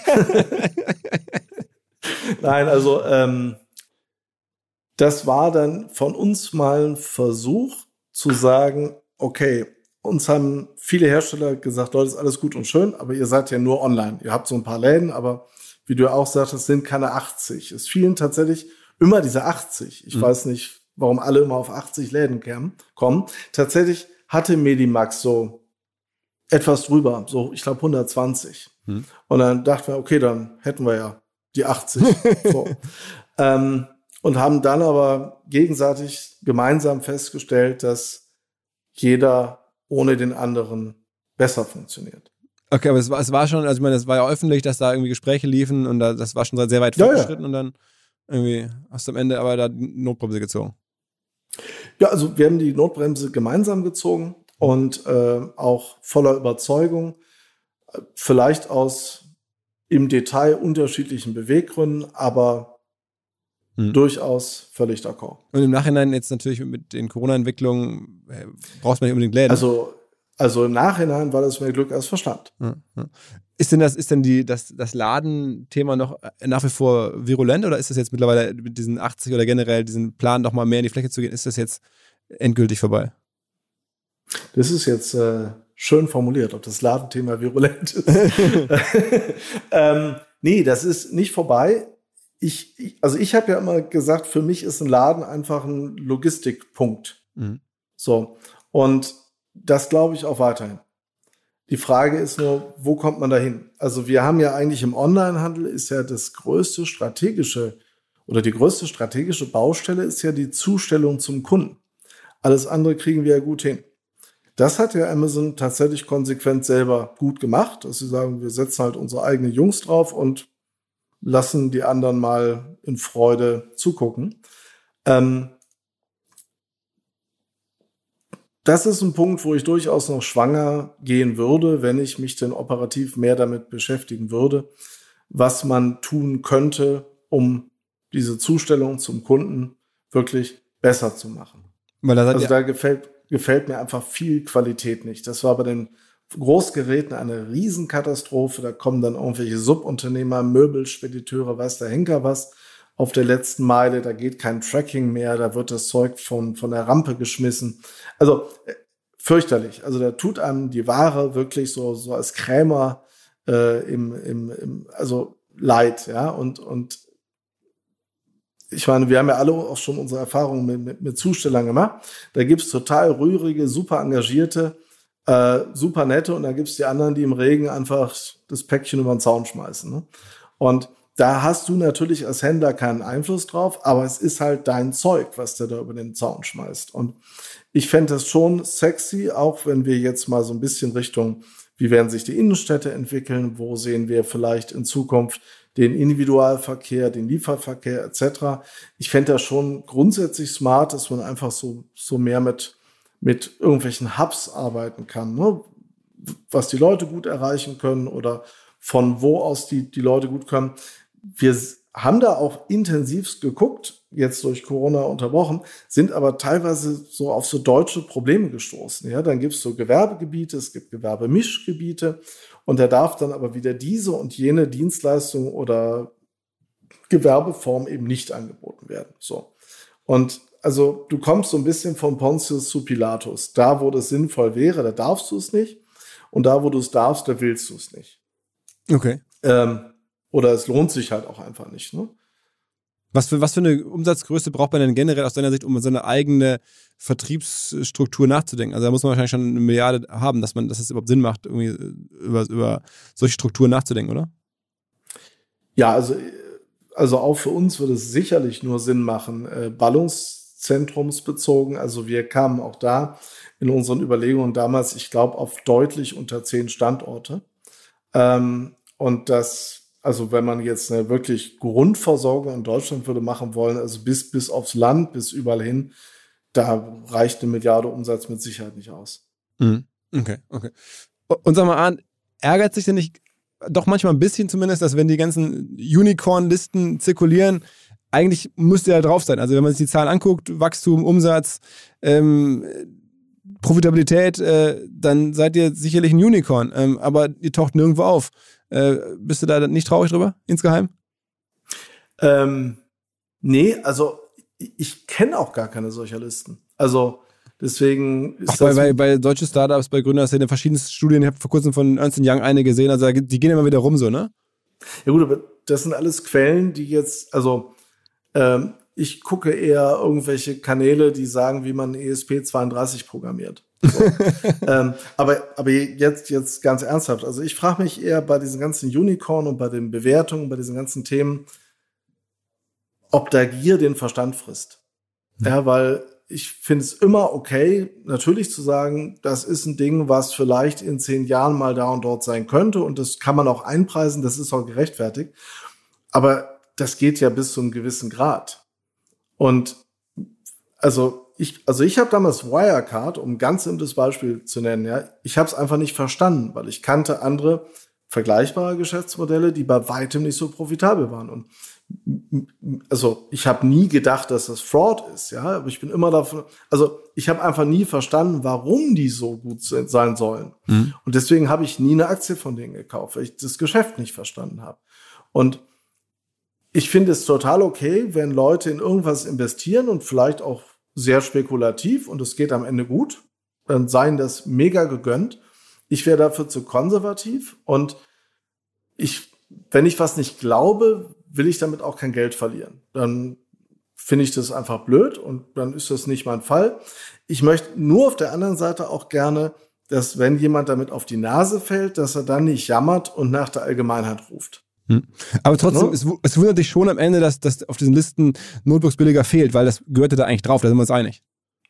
Nein, also das war dann von uns mal ein Versuch, zu sagen, okay, uns haben viele Hersteller gesagt, Leute, ist alles gut und schön, aber ihr seid ja nur online. Ihr habt so ein paar Läden, aber wie du ja auch sagtest, sind keine 80. Es fielen tatsächlich immer diese 80. Ich weiß nicht, warum alle immer auf 80 Läden kommen. Tatsächlich hatte Medimax so etwas drüber, so ich glaube 120. Und dann dachten wir, okay, dann hätten wir ja die 80. So. Und haben dann aber gegenseitig gemeinsam festgestellt, dass jeder ohne den anderen besser funktioniert. Okay, aber es war schon, also ich meine, es war ja öffentlich, dass da irgendwie Gespräche liefen und das war schon sehr weit fortgeschritten und dann irgendwie hast du am Ende aber da die Notbremse gezogen. Ja, also wir haben die Notbremse gemeinsam gezogen und auch voller Überzeugung, vielleicht aus im Detail unterschiedlichen Beweggründen, aber durchaus völlig d'accord. Und im Nachhinein jetzt natürlich mit den Corona-Entwicklungen brauchst du nicht unbedingt Läden. Also im Nachhinein war das mehr Glück als Verstand. Ist denn das Ladenthema noch nach wie vor virulent oder ist das jetzt mittlerweile mit diesen 80 oder generell diesen Plan, noch mal mehr in die Fläche zu gehen, ist das jetzt endgültig vorbei? Das ist jetzt schön formuliert, ob das Ladenthema virulent ist. Nee, das ist nicht vorbei. Ich habe ja immer gesagt, für mich ist ein Laden einfach ein Logistikpunkt. So. Und das glaube ich auch weiterhin. Die Frage ist nur, wo kommt man da hin? Also wir haben ja eigentlich im Onlinehandel ist ja die größte strategische Baustelle ist ja die Zustellung zum Kunden. Alles andere kriegen wir ja gut hin. Das hat ja Amazon tatsächlich konsequent selber gut gemacht, dass sie sagen, wir setzen halt unsere eigenen Jungs drauf und lassen die anderen mal in Freude zugucken. Das ist ein Punkt, wo ich durchaus noch schwanger gehen würde, wenn ich mich denn operativ mehr damit beschäftigen würde, was man tun könnte, um diese Zustellung zum Kunden wirklich besser zu machen. Da gefällt mir einfach viel Qualität nicht. Das war bei den Großgeräten eine Riesenkatastrophe. Da kommen dann irgendwelche Subunternehmer, Möbelspediteure, weiß der Henker was, auf der letzten Meile. Da geht kein Tracking mehr. Da wird das Zeug von der Rampe geschmissen. Also fürchterlich. Also da tut einem die Ware wirklich so als Krämer also leid. Ja? Und ich meine, wir haben ja alle auch schon unsere Erfahrungen mit Zustellern gemacht. Da gibt's total rührige, super engagierte, super nette und da gibt's die anderen, die im Regen einfach das Päckchen über den Zaun schmeißen. Ne? Und da hast du natürlich als Händler keinen Einfluss drauf, aber es ist halt dein Zeug, was der da über den Zaun schmeißt. Und ich fände das schon sexy, auch wenn wir jetzt mal so ein bisschen Richtung, wie werden sich die Innenstädte entwickeln, wo sehen wir vielleicht in Zukunft den Individualverkehr, den Lieferverkehr etc. Ich fände das schon grundsätzlich smart, dass man einfach so mehr mit irgendwelchen Hubs arbeiten kann, ne? Was die Leute gut erreichen können oder von wo aus die Leute gut können. Wir haben da auch intensivst geguckt, jetzt durch Corona unterbrochen, sind aber teilweise so auf so deutsche Probleme gestoßen. Ja, dann gibt es so Gewerbegebiete, es gibt Gewerbemischgebiete und da darf dann aber wieder diese und jene Dienstleistung oder Gewerbeform eben nicht angeboten werden. So. Und also du kommst so ein bisschen von Pontius zu Pilatus. Da, wo das sinnvoll wäre, da darfst du es nicht. Und da, wo du es darfst, da willst du es nicht. Okay. Oder es lohnt sich halt auch einfach nicht. Ne? Was für eine Umsatzgröße braucht man denn generell aus deiner Sicht, um so eine eigene Vertriebsstruktur nachzudenken? Also da muss man wahrscheinlich schon 1 Milliarde haben, dass es überhaupt Sinn macht, irgendwie über solche Strukturen nachzudenken, oder? Ja, also auch für uns würde es sicherlich nur Sinn machen, ballungszentrumsbezogen. Also wir kamen auch da in unseren Überlegungen damals, ich glaube, auf deutlich unter 10 Standorte. Und das, also wenn man jetzt eine wirklich Grundversorgung in Deutschland würde machen wollen, also bis aufs Land, bis überall hin, da reicht 1 Milliarde Umsatz mit Sicherheit nicht aus. Okay. Und sag mal, Arndt, ärgert sich denn nicht doch manchmal ein bisschen zumindest, dass wenn die ganzen Unicorn-Listen zirkulieren, eigentlich müsste ja drauf sein. Also wenn man sich die Zahlen anguckt, Wachstum, Umsatz, Profitabilität, dann seid ihr sicherlich ein Unicorn, aber ihr taucht nirgendwo auf. Bist du da nicht traurig drüber, insgeheim? Nee, also ich kenne auch gar keine solcher Listen. Also Deswegen ist bei deutschen Startups, bei Gründerszene, verschiedenste Studien, ich habe vor kurzem von Ernst & Young eine gesehen, also die gehen immer wieder rum so, ne? Ja gut, aber das sind alles Quellen, die jetzt, also ich gucke eher irgendwelche Kanäle, die sagen, wie man ESP32 programmiert. So. Aber jetzt ganz ernsthaft, also ich frage mich eher bei diesen ganzen Unicorn und bei den Bewertungen, bei diesen ganzen Themen, ob da Gier den Verstand frisst. Ja, weil ich finde es immer okay, natürlich zu sagen, das ist ein Ding, was vielleicht in 10 Jahren mal da und dort sein könnte und das kann man auch einpreisen, das ist auch gerechtfertigt. Aber das geht ja bis zu einem gewissen Grad. Und ich habe damals Wirecard, um ein ganz simples Beispiel zu nennen, ja, ich habe es einfach nicht verstanden, weil ich kannte andere vergleichbare Geschäftsmodelle, die bei weitem nicht so profitabel waren. Und also ich habe nie gedacht, dass das Fraud ist, ja, aber ich bin immer davon, also ich habe einfach nie verstanden, warum die so gut sein sollen. Mhm. Und deswegen habe ich nie eine Aktie von denen gekauft, weil ich das Geschäft nicht verstanden habe. Und ich finde es total okay, wenn Leute in irgendwas investieren und vielleicht auch sehr spekulativ und es geht am Ende gut, dann seien das mega gegönnt. Ich wäre dafür zu konservativ und wenn ich was nicht glaube, will ich damit auch kein Geld verlieren. Dann finde ich das einfach blöd und dann ist das nicht mein Fall. Ich möchte nur auf der anderen Seite auch gerne, dass wenn jemand damit auf die Nase fällt, dass er dann nicht jammert und nach der Allgemeinheit ruft. Aber trotzdem, es wundert dich schon am Ende, dass auf diesen Listen Notebooks billiger fehlt, weil das gehörte da eigentlich drauf, da sind wir uns einig.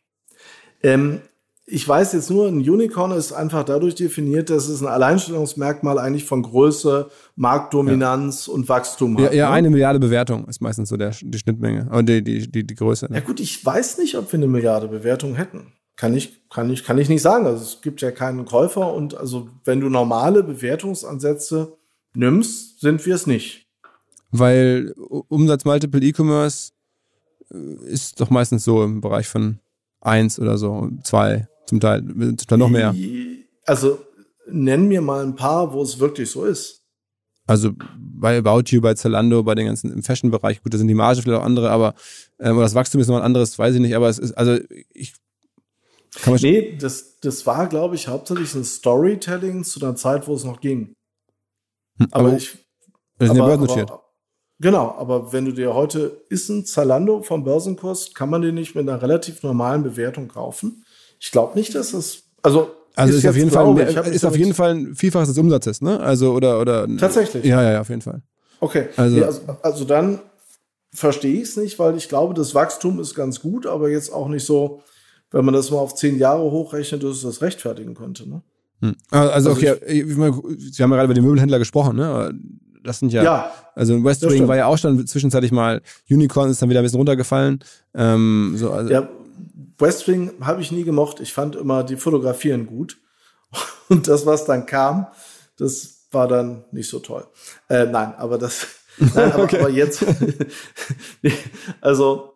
Ich weiß jetzt nur, ein Unicorn ist einfach dadurch definiert, dass es ein Alleinstellungsmerkmal eigentlich von Größe, Marktdominanz und Wachstum hat. Ja, 1 Milliarde Bewertung ist meistens so die Schnittmenge, oder die Größe. Ne? Ja gut, ich weiß nicht, ob wir 1 Milliarde Bewertung hätten. Kann ich nicht sagen. Also es gibt ja keinen Käufer und also wenn du normale Bewertungsansätze nimmst, sind wir es nicht. Weil Umsatzmultiple E-Commerce ist doch meistens so im Bereich von 1 oder so, 2 zum Teil noch mehr. Also nenn mir mal ein paar, wo es wirklich so ist. Also bei About You, bei Zalando, bei den ganzen im Fashion-Bereich, gut, da sind die Marge vielleicht auch andere, aber oder das Wachstum ist noch ein anderes, weiß ich nicht, aber es ist, also das war, glaube ich, hauptsächlich ein Storytelling zu einer Zeit, wo es noch ging. Aber genau, aber wenn du dir heute ist ein Zalando vom Börsenkurs, kann man den nicht mit einer relativ normalen Bewertung kaufen? Ich glaube nicht, dass das also ist auf jeden Fall ein Vielfaches des Umsatzes, ne? Also oder tatsächlich. Ja, auf jeden Fall. Okay. Also dann verstehe ich es nicht, weil ich glaube, das Wachstum ist ganz gut, aber jetzt auch nicht so, wenn man das mal auf 10 Jahre hochrechnet, dass es das rechtfertigen könnte, ne? Also okay, Sie haben ja gerade über den Möbelhändler gesprochen, ne? Das sind also Westwing war ja auch schon zwischenzeitlich mal, Unicorn ist dann wieder ein bisschen runtergefallen. Ja, Westwing habe ich nie gemocht. Ich fand immer die Fotografien gut. Und das, was dann kam, das war dann nicht so toll. Aber jetzt, also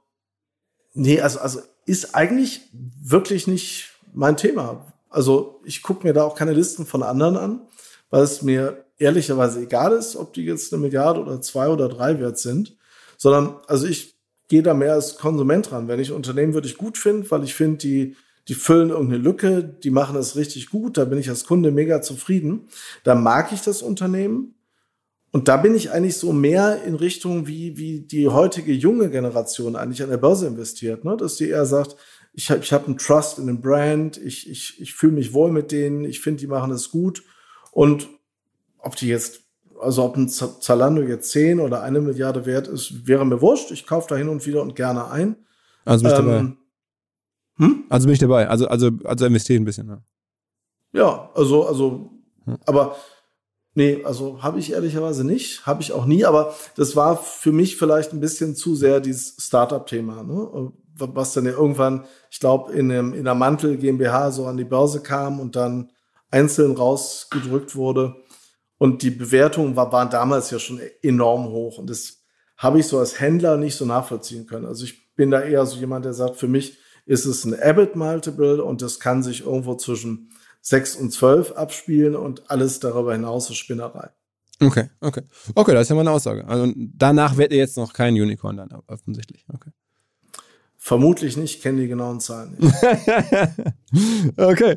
ist eigentlich wirklich nicht mein Thema. Also ich gucke mir da auch keine Listen von anderen an, weil es mir ehrlicherweise egal ist, ob die jetzt 1 Milliarde oder 2 oder 3 wert sind, sondern also ich gehe da mehr als Konsument ran. Wenn ich Unternehmen wirklich gut finde, weil ich finde, die füllen irgendeine Lücke, die machen es richtig gut, da bin ich als Kunde mega zufrieden, da mag ich das Unternehmen und da bin ich eigentlich so mehr in Richtung, wie die heutige junge Generation eigentlich an der Börse investiert, ne? Dass die eher sagt, ich hab einen Trust in den Brand, ich fühle mich wohl mit denen, ich finde, die machen es gut. Und ob ein Zalando jetzt 10 oder 1 Milliarde wert ist, wäre mir wurscht. Ich kaufe da hin und wieder und gerne ein. Also bin ich dabei. Also bin ich dabei. Also investiere ich ein bisschen. Ja, aber nee, also habe ich ehrlicherweise nicht. Habe ich auch nie. Aber das war für mich vielleicht ein bisschen zu sehr dieses Startup-Thema, ne? Was dann ja irgendwann, ich glaube, in der Mantel GmbH so an die Börse kam und dann einzeln rausgedrückt wurde. Und die Bewertungen waren damals ja schon enorm hoch. Und das habe ich so als Händler nicht so nachvollziehen können. Also ich bin da eher so jemand, der sagt, für mich ist es ein EBIT-Multiple und das kann sich irgendwo zwischen 6 und 12 abspielen und alles darüber hinaus ist Spinnerei. Okay, das ist ja mal eine Aussage. Also danach wird ihr jetzt noch kein Unicorn dann offensichtlich. Okay. Vermutlich nicht, kenne die genauen Zahlen nicht. Okay.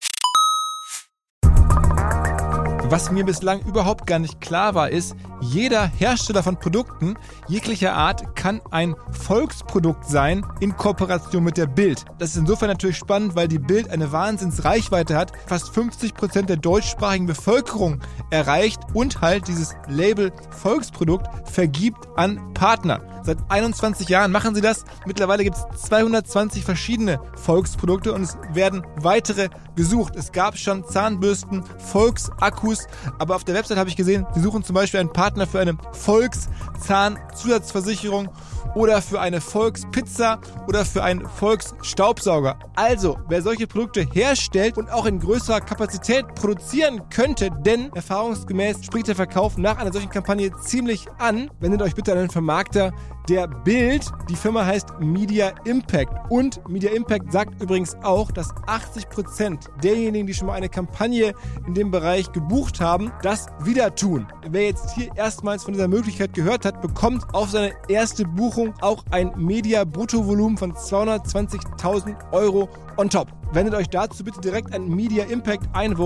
Was mir bislang überhaupt gar nicht klar war, ist, jeder Hersteller von Produkten jeglicher Art kann ein Volksprodukt sein in Kooperation mit der Bild. Das ist insofern natürlich spannend, weil die Bild eine Wahnsinnsreichweite hat, fast 50% der deutschsprachigen Bevölkerung erreicht und halt dieses Label Volksprodukt vergibt an Partner. Seit 21 Jahren machen sie das. Mittlerweile gibt es 220 verschiedene Volksprodukte und es werden weitere gesucht. Es gab schon Zahnbürsten, Volksakkus, aber auf der Website habe ich gesehen, sie suchen zum Beispiel einen Partner für eine Volkszahnzusatzversicherung oder für eine Volkspizza oder für einen Volksstaubsauger. Also, wer solche Produkte herstellt und auch in größerer Kapazität produzieren könnte, denn erfahrungsgemäß spricht der Verkauf nach einer solchen Kampagne ziemlich an, wendet euch bitte an den Vermarkter der Bild. Die Firma heißt Media Impact und Media Impact sagt übrigens auch, dass 80% derjenigen, die schon mal eine Kampagne in dem Bereich gebucht haben, das wieder tun. Wer jetzt hier erstmals von dieser Möglichkeit gehört hat, bekommt auf seine erste Buchung auch ein Media-Bruttovolumen von 220.000 € on top. Wendet euch dazu bitte direkt an Media Impact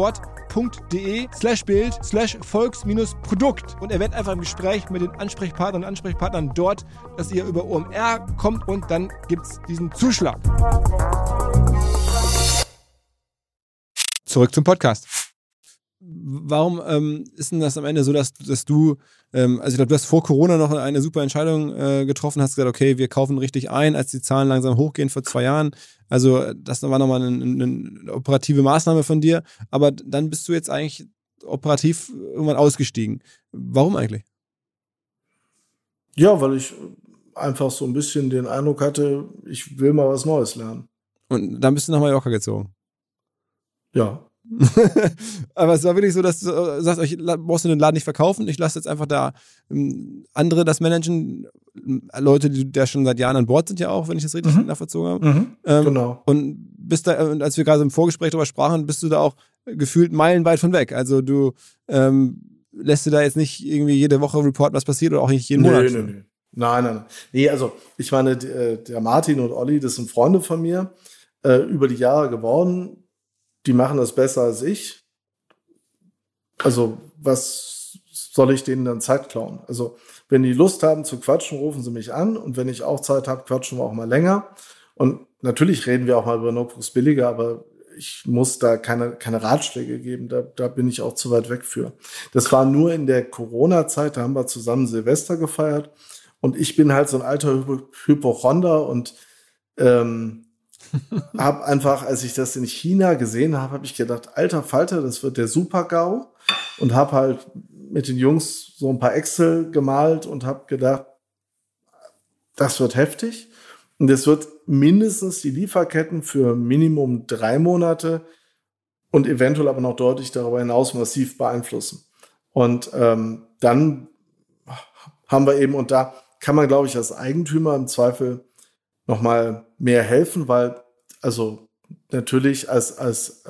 einwort.de/bild/volks-produkt und erwähnt einfach im Gespräch mit den Ansprechpartnern und Ansprechpartnern dort, dass ihr über OMR kommt und dann gibt's diesen Zuschlag. Zurück zum Podcast. Warum ist denn das am Ende so, dass du, also ich glaube, du hast vor Corona noch eine super Entscheidung getroffen, hast gesagt, okay, wir kaufen richtig ein, als die Zahlen langsam hochgehen vor 2 Jahren. Also das war nochmal eine operative Maßnahme von dir, aber dann bist du jetzt eigentlich operativ irgendwann ausgestiegen. Warum eigentlich? Ja, weil ich einfach so ein bisschen den Eindruck hatte, ich will mal was Neues lernen. Und dann bist du nach Mallorca gezogen? Ja. Aber es war wirklich so, dass du sagst, ich brauchst du den Laden nicht verkaufen, ich lasse jetzt einfach da andere das managen, Leute, die da schon seit Jahren an Bord sind ja auch, wenn ich das richtig nachvollzogen habe. Genau. Und bist da, als wir gerade im Vorgespräch darüber sprachen, bist du da auch gefühlt meilenweit von weg. Also du lässt du da jetzt nicht irgendwie jede Woche reporten, was passiert oder auch nicht jeden Monat? Nee. Nein. Nee, also ich meine, der Martin und Olli, das sind Freunde von mir, über die Jahre geworden. Die machen das besser als ich. Also, was soll ich denen dann Zeit klauen? Also, wenn die Lust haben zu quatschen, rufen sie mich an. Und wenn ich auch Zeit habe, quatschen wir auch mal länger. Und natürlich reden wir auch mal über Notebooks billiger, aber ich muss da keine Ratschläge geben. Da bin ich auch zu weit weg für. Das war nur in der Corona-Zeit, da haben wir zusammen Silvester gefeiert. Und ich bin halt so ein alter Hypochonder und habe einfach, als ich das in China gesehen habe, habe ich gedacht, alter Falter, das wird der Super-GAU. Und habe halt mit den Jungs so ein paar Excel gemalt und habe gedacht, das wird heftig. Und es wird mindestens die Lieferketten für Minimum 3 Monate und eventuell aber noch deutlich darüber hinaus massiv beeinflussen. Und dann haben wir eben, und da kann man, glaube ich, als Eigentümer im Zweifel noch mal mehr helfen, weil also natürlich als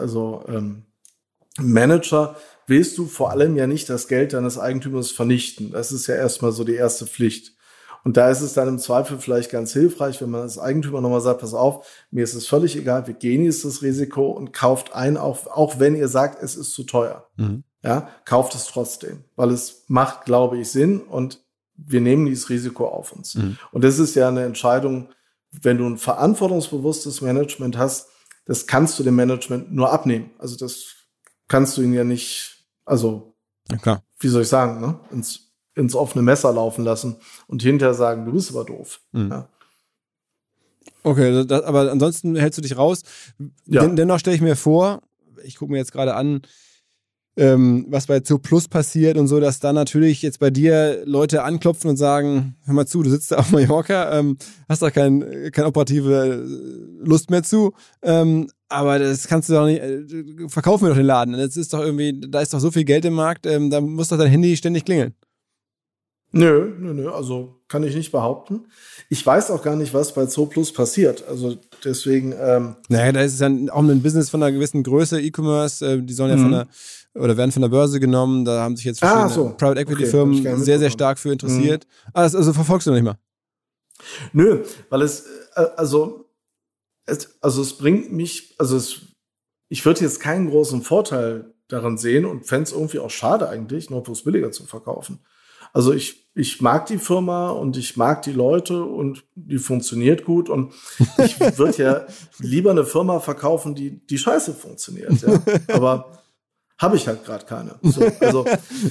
Manager willst du vor allem ja nicht das Geld deines Eigentümers vernichten. Das ist ja erstmal so die erste Pflicht. Und da ist es dann im Zweifel vielleicht ganz hilfreich, wenn man als Eigentümer nochmal sagt, pass auf, mir ist es völlig egal, wir gehen jetzt das Risiko und kauft ein, auch wenn ihr sagt, es ist zu teuer. Ja, kauft es trotzdem, weil es macht, glaube ich, Sinn und wir nehmen dieses Risiko auf uns. Und das ist ja eine Entscheidung, wenn du ein verantwortungsbewusstes Management hast, das kannst du dem Management nur abnehmen. Also das kannst du ihn ja nicht, also ja, klar. Wie soll ich sagen, ne? ins offene Messer laufen lassen und hinterher sagen, du bist aber doof. Ja. Okay, aber ansonsten hältst du dich raus. Ja. Dennoch stelle ich mir vor, ich gucke mir jetzt gerade an, was bei Zoo Plus passiert und so, dass da natürlich jetzt bei dir Leute anklopfen und sagen, hör mal zu, du sitzt da auf Mallorca, hast da keine operative Lust mehr zu, aber das kannst du doch nicht, verkaufen wir doch den Laden. Das ist doch irgendwie, da ist doch so viel Geld im Markt, da muss doch dein Handy ständig klingeln. Nö, also kann ich nicht behaupten. Ich weiß auch gar nicht, was bei Zoo Plus passiert. Also deswegen. Naja, da ist es ja auch ein Business von einer gewissen Größe, E-Commerce, die sollen ja werden von der Börse genommen. Da haben sich jetzt verschiedene Private Equity Firmen sehr, sehr stark für interessiert. Also verfolgst du noch nicht mal? Nö, weil es, es bringt mich, ich würde jetzt keinen großen Vorteil darin sehen und fände es irgendwie auch schade eigentlich, Notebooks billiger zu verkaufen. Also ich mag die Firma und ich mag die Leute und die funktioniert gut und ich würde ja lieber eine Firma verkaufen, die scheiße funktioniert. Ja? Aber habe ich halt gerade keine. So,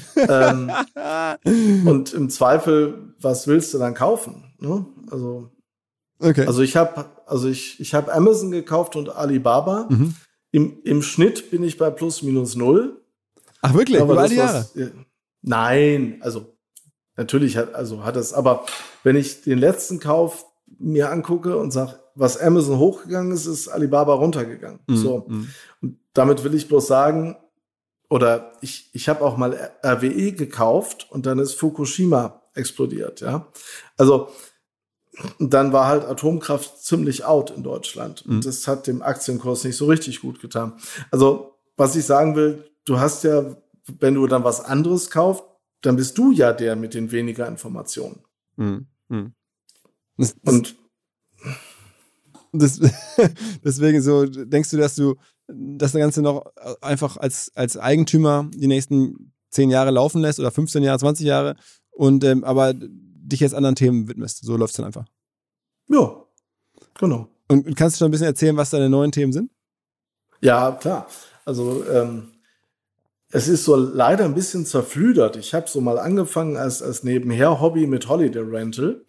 und im Zweifel, was willst du dann kaufen? Ne? Okay. Also ich habe Amazon gekauft und Alibaba. Mhm. Im Schnitt bin ich bei plus minus 0. Ach wirklich? Aber über all die Jahre? Nein, also natürlich hat es, aber wenn ich den letzten Kauf mir angucke und sage, was Amazon hochgegangen ist, ist Alibaba runtergegangen. So. Und damit will ich bloß sagen, oder ich habe auch mal RWE gekauft und dann ist Fukushima explodiert, ja. Also, dann war halt Atomkraft ziemlich out in Deutschland. Und das hat dem Aktienkurs nicht so richtig gut getan. Also, was ich sagen will, du hast ja, wenn du dann was anderes kaufst, dann bist du ja der mit den weniger Informationen. Und deswegen so, denkst du, dass das Ganze noch einfach als Eigentümer die nächsten 10 Jahre laufen lässt oder 15 Jahre, 20 Jahre und aber dich jetzt anderen Themen widmest? So läuft es dann einfach. Ja, genau. Und kannst du schon ein bisschen erzählen, was deine neuen Themen sind? Ja, klar. Also es ist so leider ein bisschen zerflüdert. Ich habe so mal angefangen als nebenher Hobby mit Holiday Rental,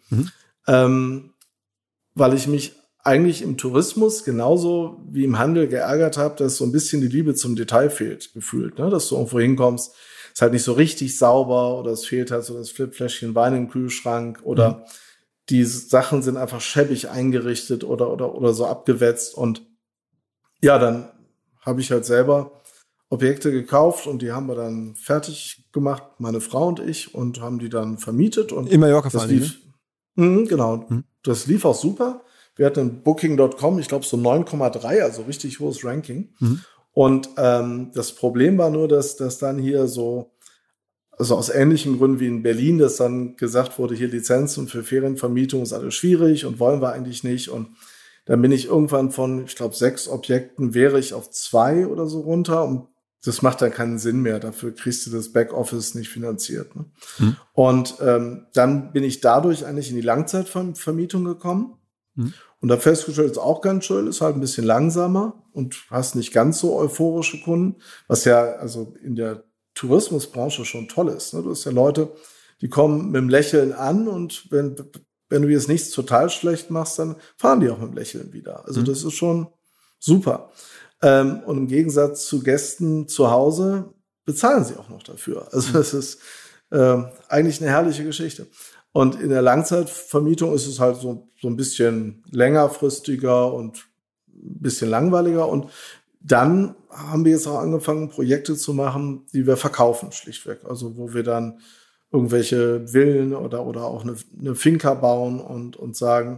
weil ich mich eigentlich im Tourismus genauso wie im Handel geärgert habe, dass so ein bisschen die Liebe zum Detail fehlt, gefühlt. Ne? Dass du irgendwo hinkommst, ist halt nicht so richtig sauber oder es fehlt halt so das Fläschchen Wein im Kühlschrank oder die Sachen sind einfach schäbig eingerichtet oder so abgewetzt. Und ja, dann habe ich halt selber Objekte gekauft und die haben wir dann fertig gemacht, meine Frau und ich, und haben die dann vermietet. Und in Mallorca vor allem, ne? Genau. Das lief auch super. Wir hatten Booking.com, ich glaube so 9,3, also richtig hohes Ranking. Und das Problem war nur, dass das dann hier so, also aus ähnlichen Gründen wie in Berlin, dass dann gesagt wurde, hier Lizenzen für Ferienvermietung ist alles schwierig und wollen wir eigentlich nicht. Und dann bin ich irgendwann von, ich glaube, 6 Objekten wäre ich auf 2 oder so runter. Und das macht dann keinen Sinn mehr. Dafür kriegst du das Backoffice nicht finanziert. Ne? Und dann bin ich dadurch eigentlich in die Langzeitvermietung gekommen. Und da festgestellt, ist auch ganz schön, ist halt ein bisschen langsamer und hast nicht ganz so euphorische Kunden, was ja also in der Tourismusbranche schon toll ist. Ne? Du hast ja Leute, die kommen mit dem Lächeln an und wenn du jetzt nichts total schlecht machst, dann fahren die auch mit dem Lächeln wieder. Also das ist schon super. Und im Gegensatz zu Gästen zu Hause bezahlen sie auch noch dafür. Also das ist eigentlich eine herrliche Geschichte. Und in der Langzeitvermietung ist es halt so ein bisschen längerfristiger und ein bisschen langweiliger. Und dann haben wir jetzt auch angefangen, Projekte zu machen, die wir verkaufen, schlichtweg. Also wo wir dann irgendwelche Villen oder auch eine Finca bauen und sagen,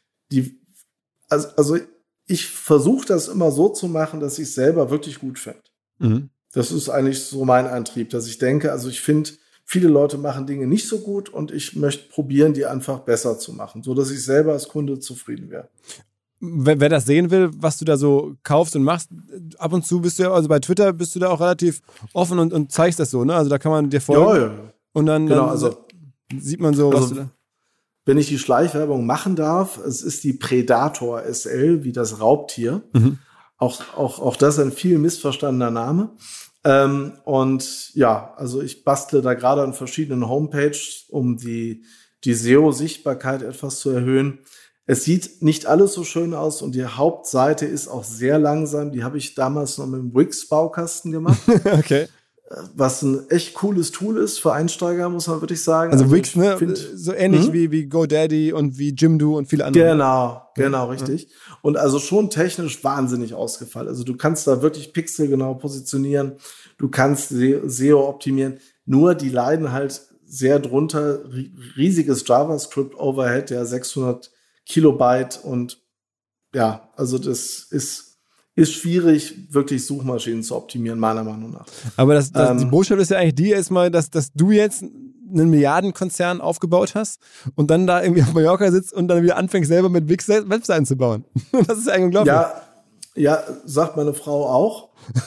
also ich versuche das immer so zu machen, dass ich es selber wirklich gut finde. Das ist eigentlich so mein Antrieb, dass ich denke, also ich finde, viele Leute machen Dinge nicht so gut und ich möchte probieren, die einfach besser zu machen, so dass ich selber als Kunde zufrieden wäre. Wer das sehen will, was du da so kaufst und machst, ab und zu bist du ja, also bei Twitter bist du da auch relativ offen und zeigst das so, ne? Also da kann man dir folgen. Ja. Und dann, genau, also, sieht man so, was du da... Wenn ich die Schleichwerbung machen darf, es ist die Predator SL, wie das Raubtier. Auch das ein viel missverstandener Name. Und ja, also ich bastle da gerade an verschiedenen Homepages, um die SEO-Sichtbarkeit etwas zu erhöhen. Es sieht nicht alles so schön aus und die Hauptseite ist auch sehr langsam. Die habe ich damals noch mit dem Wix-Baukasten gemacht. Okay. Was ein echt cooles Tool ist für Einsteiger, muss man wirklich sagen. Also Wix, ne? So ähnlich wie GoDaddy und wie Jimdo und viele andere. Genau, richtig. Und also schon technisch wahnsinnig ausgefallen. Also du kannst da wirklich pixelgenau positionieren. Du kannst SEO optimieren. Nur die leiden halt sehr drunter. Riesiges JavaScript-Overhead, ja, 600 Kilobyte und ja, also das ist schwierig, wirklich Suchmaschinen zu optimieren, meiner Meinung nach. Aber die Botschaft ist ja eigentlich die erstmal, dass du jetzt einen Milliardenkonzern aufgebaut hast und dann da irgendwie auf Mallorca sitzt und dann wieder anfängst, selber mit Wix Webseiten zu bauen. Das ist eigentlich unglaublich. Ja, sagt meine Frau auch.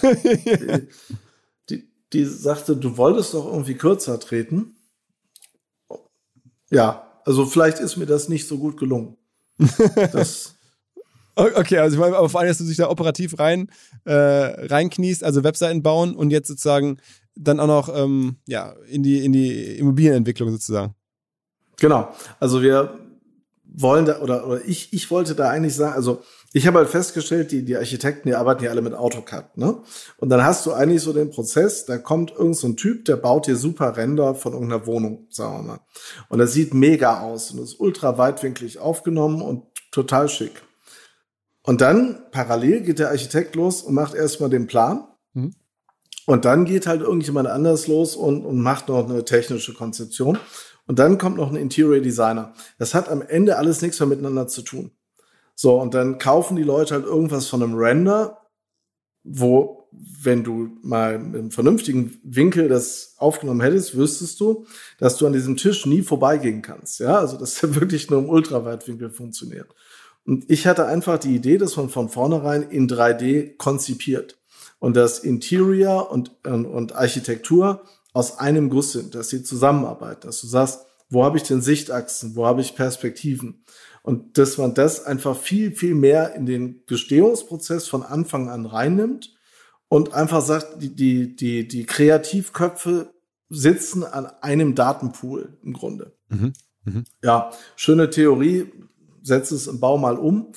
Die sagte, du wolltest doch irgendwie kürzer treten. Ja, also vielleicht ist mir das nicht so gut gelungen. Okay, also ich meine, aber vor allem, dass du dich da operativ reinkniest, also Webseiten bauen und jetzt sozusagen dann auch noch in die Immobilienentwicklung sozusagen. Genau, also wir wollen da, oder ich wollte da eigentlich sagen, also ich habe halt festgestellt, die Architekten, die arbeiten ja alle mit AutoCAD, ne? Und dann hast du eigentlich so den Prozess, da kommt irgend so ein Typ, der baut dir super Render von irgendeiner Wohnung, sagen wir mal. Und das sieht mega aus und ist ultra weitwinklig aufgenommen und total schick. Und dann parallel geht der Architekt los und macht erstmal den Plan. Mhm. Und dann geht halt irgendjemand anders los und macht noch eine technische Konzeption. Und dann kommt noch ein Interior Designer. Das hat am Ende alles nichts mehr miteinander zu tun. So, und dann kaufen die Leute halt irgendwas von einem Render, wo, wenn du mal mit einem vernünftigen Winkel das aufgenommen hättest, wüsstest du, dass du an diesem Tisch nie vorbeigehen kannst. Ja, also dass der wirklich nur im Ultraweitwinkel funktioniert. Und ich hatte einfach die Idee, dass man von vornherein in 3D konzipiert und dass Interior und Architektur aus einem Guss sind, dass sie zusammenarbeiten, dass du sagst, wo habe ich denn Sichtachsen, wo habe ich Perspektiven und dass man das einfach viel, viel mehr in den Gestehungsprozess von Anfang an reinnimmt und einfach sagt, die Kreativköpfe sitzen an einem Datenpool im Grunde. Mhm. Mhm. Ja, schöne Theorie. Setz es im Bau mal um.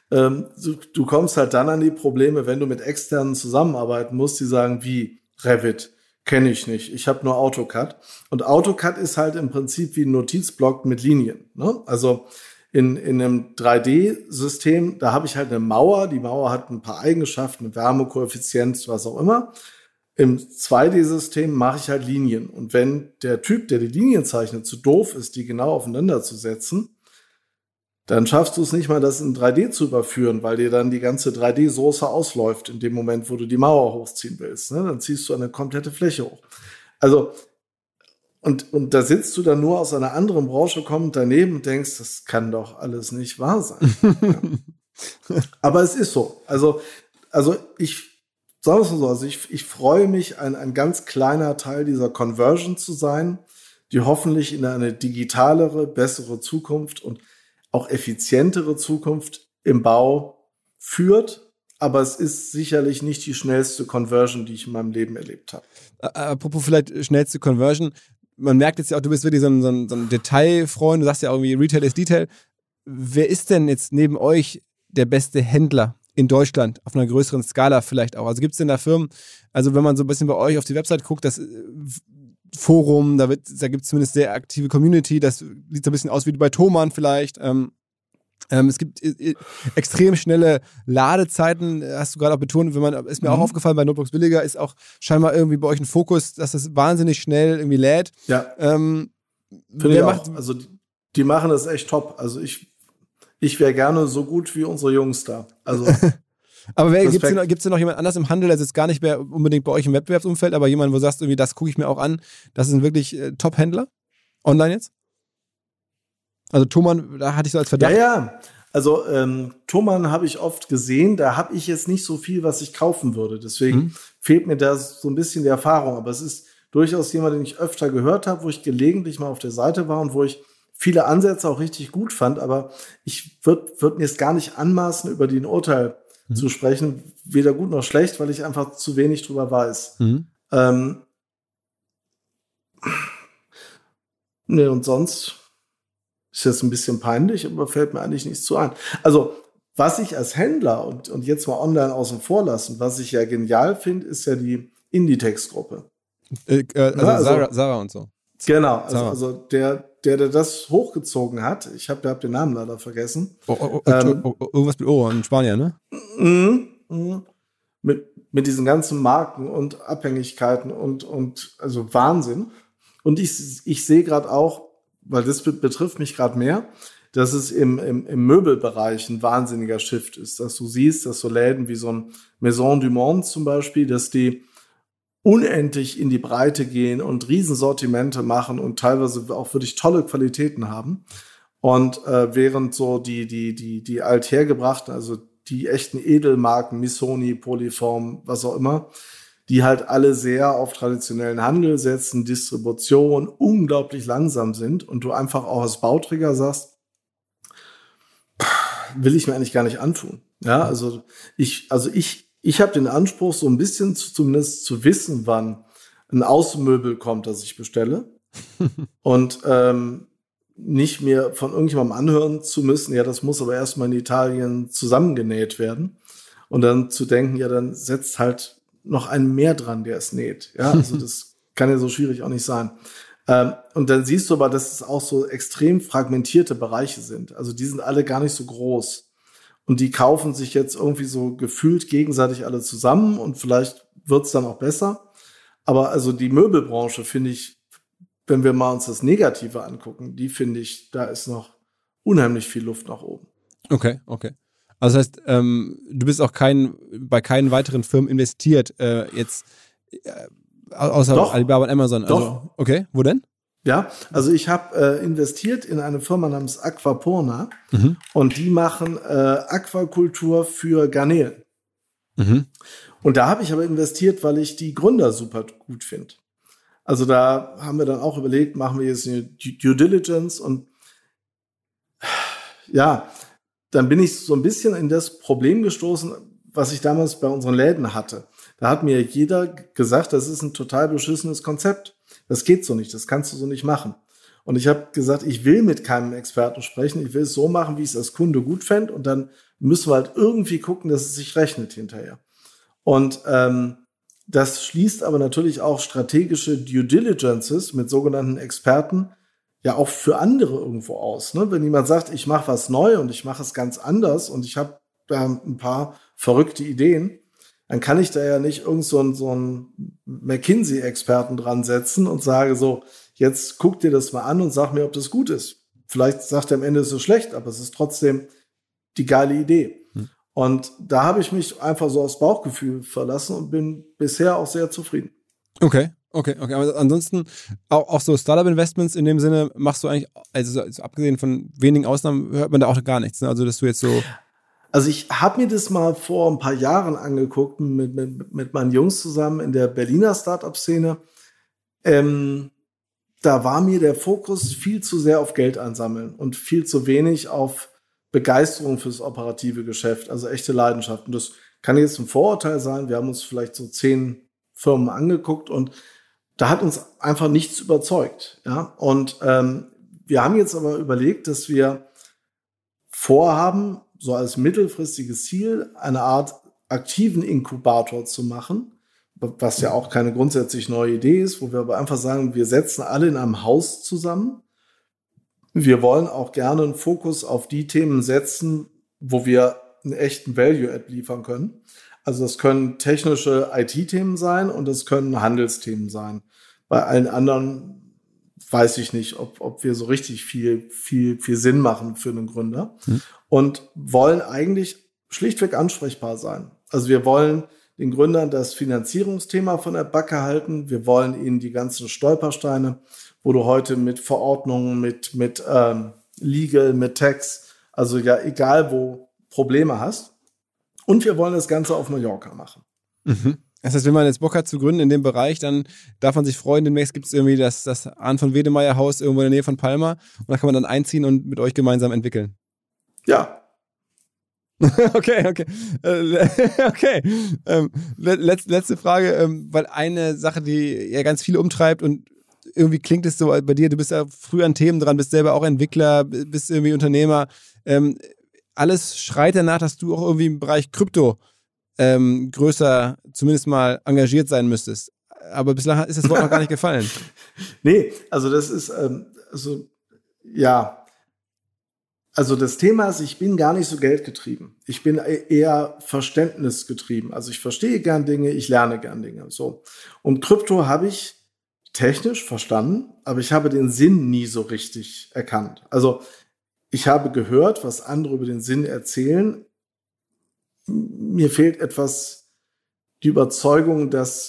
Du kommst halt dann an die Probleme, wenn du mit Externen zusammenarbeiten musst, die sagen, wie Revit, kenne ich nicht, ich habe nur AutoCAD. Und AutoCAD ist halt im Prinzip wie ein Notizblock mit Linien. Ne? Also in einem 3D-System, da habe ich halt eine Mauer, die Mauer hat ein paar Eigenschaften, Wärmekoeffizient, was auch immer. Im 2D-System mache ich halt Linien. Und wenn der Typ, der die Linien zeichnet, zu doof ist, die genau aufeinander zu setzen, dann schaffst du es nicht mal, das in 3D zu überführen, weil dir dann die ganze 3D-Soße ausläuft in dem Moment, wo du die Mauer hochziehen willst. Ne? Dann ziehst du eine komplette Fläche hoch. Also, und da sitzt du dann nur aus einer anderen Branche kommend daneben und denkst, das kann doch alles nicht wahr sein. Ja. Aber es ist so. Also ich sage es mal so, also ich freue mich, ein ganz kleiner Teil dieser Conversion zu sein, die hoffentlich in eine digitalere, bessere Zukunft und auch effizientere Zukunft im Bau führt, aber es ist sicherlich nicht die schnellste Conversion, die ich in meinem Leben erlebt habe. Apropos vielleicht schnellste Conversion, man merkt jetzt ja auch, du bist wirklich so ein Detailfreund, du sagst ja auch irgendwie Retail ist Detail. Wer ist denn jetzt neben euch der beste Händler in Deutschland, auf einer größeren Skala vielleicht auch? Also gibt es denn da Firmen, also wenn man so ein bisschen bei euch auf die Website guckt, das Forum, da gibt es zumindest sehr aktive Community, das sieht so ein bisschen aus wie bei Thomann vielleicht. Es gibt extrem schnelle Ladezeiten, hast du gerade auch betont, ist mir auch aufgefallen, bei Notebooks Billiger ist auch scheinbar irgendwie bei euch ein Fokus, dass das wahnsinnig schnell irgendwie lädt. Ja, finde ich auch. Also die machen das echt top. Also ich wäre gerne so gut wie unsere Jungs da. Also aber gibt es denn noch jemand anders im Handel, das ist jetzt gar nicht mehr unbedingt bei euch im Wettbewerbsumfeld, aber jemand, wo du sagst, irgendwie, das gucke ich mir auch an, das sind wirklich Top-Händler online jetzt? Also Thomann, da hatte ich so als Verdacht. Ja. Also Thomann habe ich oft gesehen, da habe ich jetzt nicht so viel, was ich kaufen würde. Deswegen fehlt mir da so ein bisschen die Erfahrung. Aber es ist durchaus jemand, den ich öfter gehört habe, wo ich gelegentlich mal auf der Seite war und wo ich viele Ansätze auch richtig gut fand. Aber ich würde mir es gar nicht anmaßen, über die ein Urteil zu sprechen, weder gut noch schlecht, weil ich einfach zu wenig drüber weiß. Ne, und sonst ist jetzt ein bisschen peinlich, aber fällt mir eigentlich nichts zu ein. Also, was ich als Händler und jetzt mal online außen vor lassen, was ich ja genial finde, ist ja die Inditex-Gruppe. Sarah und so. Genau, also der das hochgezogen hat, ich habe den Namen leider vergessen. Irgendwas mit O in Spanien, ne? Mit diesen ganzen Marken und Abhängigkeiten und also Wahnsinn. Und ich sehe gerade auch, weil das betrifft mich gerade mehr, dass es im Möbelbereich ein wahnsinniger Shift ist, dass du siehst, dass so Läden wie so ein Maison du Monde zum Beispiel, dass die unendlich in die Breite gehen und Riesensortimente machen und teilweise auch wirklich tolle Qualitäten haben. Und während so die althergebrachten, also die echten Edelmarken, Missoni, Polyform, was auch immer, die halt alle sehr auf traditionellen Handel setzen, Distribution, unglaublich langsam sind und du einfach auch als Bauträger sagst, will ich mir eigentlich gar nicht antun. Ja, also ich habe den Anspruch, so ein bisschen zumindest zu wissen, wann ein Außenmöbel kommt, das ich bestelle und nicht mir von irgendjemandem anhören zu müssen, ja, das muss aber erstmal in Italien zusammengenäht werden und dann zu denken, ja, dann setzt halt noch einen mehr dran, der es näht. Ja, also das kann ja so schwierig auch nicht sein. Und dann siehst du aber, dass es auch so extrem fragmentierte Bereiche sind. Also die sind alle gar nicht so groß. Und die kaufen sich jetzt irgendwie so gefühlt gegenseitig alle zusammen und vielleicht wird's dann auch besser. Aber also die Möbelbranche, finde ich, wenn wir mal uns das Negative angucken, die finde ich, da ist noch unheimlich viel Luft nach oben. Okay. Also das heißt, du bist auch bei keinen weiteren Firmen investiert, außer Doch. Alibaba und Amazon. Also, Doch. Okay, wo denn? Ja, also ich habe investiert in eine Firma namens Aquaporna und die machen Aquakultur für Garnelen. Und da habe ich aber investiert, weil ich die Gründer super gut finde. Also da haben wir dann auch überlegt, machen wir jetzt eine Due Diligence und ja, dann bin ich so ein bisschen in das Problem gestoßen, was ich damals bei unseren Läden hatte. Da hat mir jeder gesagt, das ist ein total beschissenes Konzept. Das geht so nicht, das kannst du so nicht machen. Und ich habe gesagt, ich will mit keinem Experten sprechen, ich will es so machen, wie ich es als Kunde gut fände und dann müssen wir halt irgendwie gucken, dass es sich rechnet hinterher. Und das schließt aber natürlich auch strategische Due Diligences mit sogenannten Experten ja auch für andere irgendwo aus. Ne? Wenn jemand sagt, ich mache was neu und ich mache es ganz anders und ich habe da ein paar verrückte Ideen, dann kann ich da ja nicht irgend so einen McKinsey-Experten dran setzen und sage so, jetzt guck dir das mal an und sag mir, ob das gut ist. Vielleicht sagt er am Ende, es ist schlecht, aber es ist trotzdem die geile Idee. Und da habe ich mich einfach so aufs Bauchgefühl verlassen und bin bisher auch sehr zufrieden. Okay. Aber ansonsten auch so Startup-Investments in dem Sinne machst du eigentlich, also abgesehen von wenigen Ausnahmen, hört man da auch gar nichts, ne? Also dass du jetzt so... Also ich habe mir das mal vor ein paar Jahren angeguckt mit meinen Jungs zusammen in der Berliner Startup-Szene. Da war mir der Fokus viel zu sehr auf Geld einsammeln und viel zu wenig auf Begeisterung fürs operative Geschäft, also echte Leidenschaft. Und das kann jetzt ein Vorurteil sein. Wir haben uns vielleicht so 10 Firmen angeguckt und da hat uns einfach nichts überzeugt. Ja? Und wir haben jetzt aber überlegt, dass wir vorhaben, so als mittelfristiges Ziel, eine Art aktiven Inkubator zu machen, was ja auch keine grundsätzlich neue Idee ist, wo wir aber einfach sagen, wir setzen alle in einem Haus zusammen. Wir wollen auch gerne einen Fokus auf die Themen setzen, wo wir einen echten Value-Add liefern können. Also das können technische IT-Themen sein und das können Handelsthemen sein. Bei allen anderen weiß ich nicht, ob wir so richtig viel Sinn machen für einen Gründer. Und wollen eigentlich schlichtweg ansprechbar sein. Also wir wollen den Gründern das Finanzierungsthema von der Backe halten. Wir wollen ihnen die ganzen Stolpersteine, wo du heute mit Verordnungen, mit Legal, mit Tax, also ja egal wo Probleme hast. Und wir wollen das Ganze auf Mallorca machen. Das heißt, wenn man jetzt Bock hat zu gründen in dem Bereich, dann darf man sich freuen, demnächst gibt es irgendwie das Arndt von Wedemeyer Haus irgendwo in der Nähe von Palma und da kann man dann einziehen und mit euch gemeinsam entwickeln. Ja. Okay. Letzte Frage, weil eine Sache, die ja ganz viele umtreibt und irgendwie klingt es so bei dir, du bist ja früh an Themen dran, bist selber auch Entwickler, bist irgendwie Unternehmer. Alles schreit danach, dass du auch irgendwie im Bereich Krypto größer zumindest mal engagiert sein müsstest. Aber bislang ist das Wort noch gar nicht gefallen. Nee, also das ist, Also das Thema ist, ich bin gar nicht so geldgetrieben. Ich bin eher verständnisgetrieben. Also ich verstehe gern Dinge, ich lerne gern Dinge. So. Und Krypto habe ich technisch verstanden, aber ich habe den Sinn nie so richtig erkannt. Also ich habe gehört, was andere über den Sinn erzählen. Mir fehlt etwas die Überzeugung, dass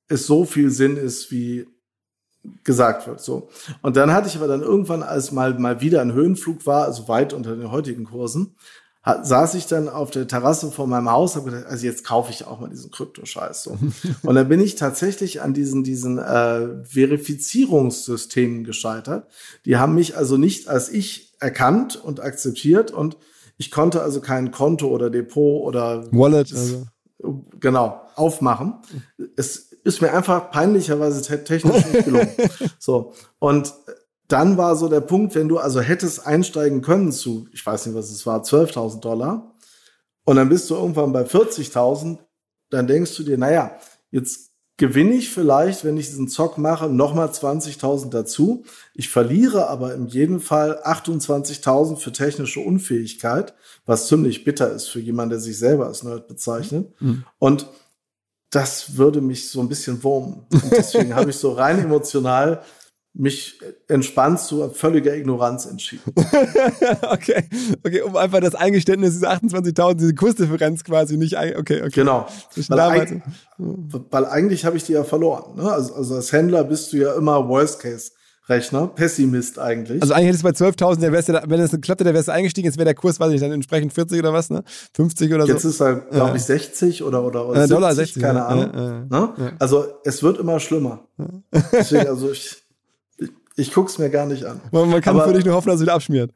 es so viel Sinn ist, wie gesagt wird. So. Und dann hatte ich aber dann irgendwann, als mal wieder ein Höhenflug war, also weit unter den heutigen Kursen, saß ich dann auf der Terrasse vor meinem Haus und habe gedacht, also jetzt kaufe ich auch mal diesen Kryptoscheiß. So. Und dann bin ich tatsächlich an diesen Verifizierungssystemen gescheitert. Die haben mich also nicht als ich erkannt und akzeptiert und ich konnte also kein Konto oder Depot oder Wallet genau aufmachen. Es ist mir einfach peinlicherweise technisch nicht gelungen. So. Und dann war so der Punkt, wenn du also hättest einsteigen können zu, ich weiß nicht, was es war, $12.000 und dann bist du irgendwann bei 40.000, dann denkst du dir, naja, jetzt gewinne ich vielleicht, wenn ich diesen Zock mache, nochmal 20.000 dazu. Ich verliere aber in jedem Fall 28.000 für technische Unfähigkeit, was ziemlich bitter ist für jemanden, der sich selber als Nerd bezeichnet. Mhm. Und das würde mich so ein bisschen wurmen. Und deswegen habe ich so rein emotional mich entspannt zu völliger Ignoranz entschieden. Okay, um einfach das Eingeständnis, diese 28.000, diese Kursdifferenz quasi nicht, okay. Genau, weil eigentlich habe ich die ja verloren. Ne? Also als Händler bist du ja immer Worst-Case-Rechner, Pessimist eigentlich. Also eigentlich hättest du bei 12.000, wenn das klappte, der wärst du eingestiegen, jetzt wäre der Kurs, weiß ich nicht, dann entsprechend 40 oder was, ne? 50 oder so. Jetzt ist er, glaube ich, 60 oder 70, Dollar 60, keine Ahnung. Ne? Ja. Also es wird immer schlimmer. Deswegen, also ich guck's mir gar nicht an. Man kann für dich nur hoffen, dass es wieder abschmiert.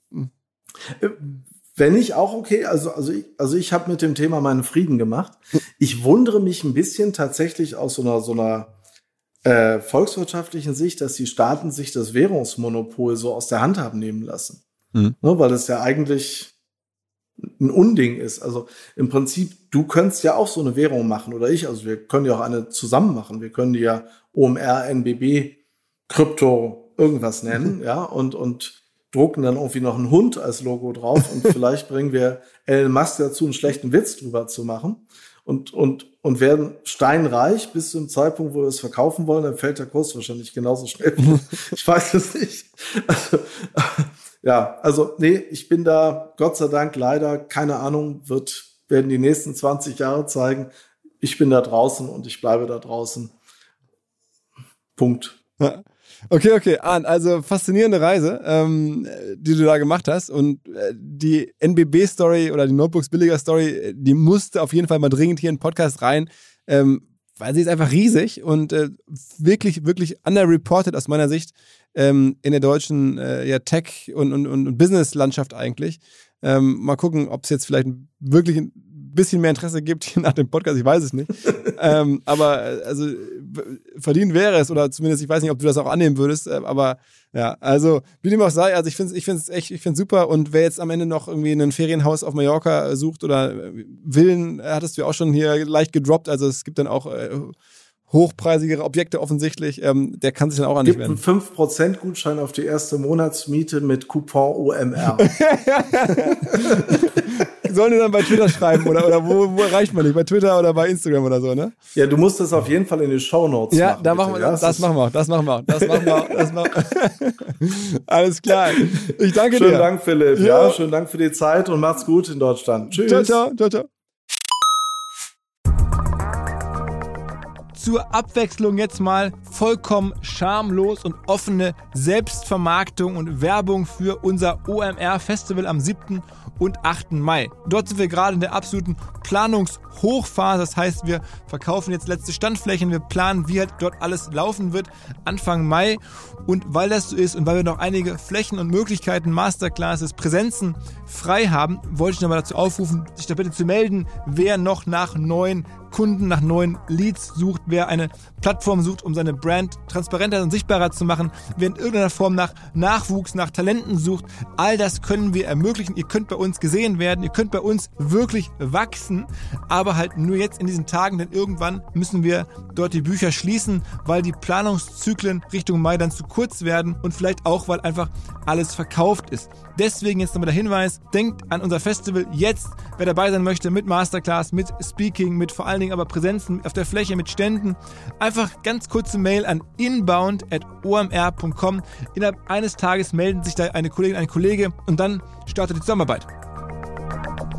Wenn ich auch okay, also ich habe mit dem Thema meinen Frieden gemacht. Ich wundere mich ein bisschen tatsächlich aus so einer volkswirtschaftlichen Sicht, dass die Staaten sich das Währungsmonopol so aus der Hand haben nehmen lassen. Ne, weil das ja eigentlich ein Unding ist. Also im Prinzip, du könntest ja auch so eine Währung machen oder ich. Also wir können ja auch eine zusammen machen. Wir können die ja OMR, NBB, Krypto irgendwas nennen, ja, und drucken dann irgendwie noch einen Hund als Logo drauf und vielleicht bringen wir Elon Musk dazu, einen schlechten Witz drüber zu machen und werden steinreich bis zum Zeitpunkt, wo wir es verkaufen wollen, dann fällt der Kurs wahrscheinlich genauso schnell. Ich weiß es nicht. Nee, ich bin da, Gott sei Dank, leider, keine Ahnung, werden die nächsten 20 Jahre zeigen. Ich bin da draußen und ich bleibe da draußen. Punkt. Ja. Okay, Arndt, also faszinierende Reise, die du da gemacht hast und die NBB-Story oder die Notebooks-Billiger-Story, die musste auf jeden Fall mal dringend hier in den Podcast rein, weil sie ist einfach riesig und wirklich, wirklich underreported aus meiner Sicht in der deutschen Tech- und Business-Landschaft eigentlich. Mal gucken, ob es jetzt vielleicht wirklich ein bisschen mehr Interesse gibt hier nach dem Podcast, ich weiß es nicht. Aber also verdient wäre es, oder zumindest, ich weiß nicht, ob du das auch annehmen würdest, aber ja, also wie dem auch sei, also ich finde es super, und wer jetzt am Ende noch irgendwie ein Ferienhaus auf Mallorca sucht oder Villen, hattest du ja auch schon hier leicht gedroppt, also es gibt dann auch hochpreisigere Objekte offensichtlich, der kann sich dann auch an dich wenden. Gibt einen 5% Gutschein auf die erste Monatsmiete mit Coupon OMR. Sollen die dann bei Twitter schreiben oder wo erreicht man dich? Bei Twitter oder bei Instagram oder so, ne? Ja, du musst das auf jeden Fall in die Shownotes machen. Ja, machen wir, das machen wir auch. Alles klar. Ich danke dir. Schönen Dank, Philipp. Ja, schönen Dank für die Zeit und macht's gut in Deutschland. Tschüss. Ciao. Zur Abwechslung jetzt mal vollkommen schamlos und offene Selbstvermarktung und Werbung für unser OMR-Festival am 7. und 8. Mai. Dort sind wir gerade in der absoluten Planungshochphase. Das heißt, wir verkaufen jetzt letzte Standflächen, wir planen, wie halt dort alles laufen wird Anfang Mai. Und weil das so ist und weil wir noch einige Flächen und Möglichkeiten, Masterclasses, Präsenzen frei haben, wollte ich nochmal dazu aufrufen, sich da bitte zu melden, wer noch nach neuen Kunden, nach neuen Leads sucht, wer eine Plattform sucht, um seine Brand transparenter und sichtbarer zu machen, wer in irgendeiner Form nach Nachwuchs, nach Talenten sucht. All das können wir ermöglichen. Ihr könnt bei uns gesehen werden, ihr könnt bei uns wirklich wachsen, aber halt nur jetzt in diesen Tagen, denn irgendwann müssen wir dort die Bücher schließen, weil die Planungszyklen Richtung Mai dann zu kurz werden und vielleicht auch, weil einfach alles verkauft ist. Deswegen jetzt nochmal der Hinweis, denkt an unser Festival jetzt, wer dabei sein möchte, mit Masterclass, mit Speaking, mit vor allen Dingen aber Präsenzen auf der Fläche, mit Ständen. Einfach ganz kurze Mail an inbound@omr.com. Innerhalb eines Tages melden sich da eine Kollegin, ein Kollege und dann startet die Zusammenarbeit.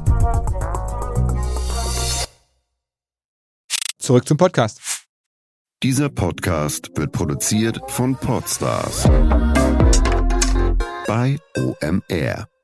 Zurück zum Podcast. Dieser Podcast wird produziert von Podstars bei OMR.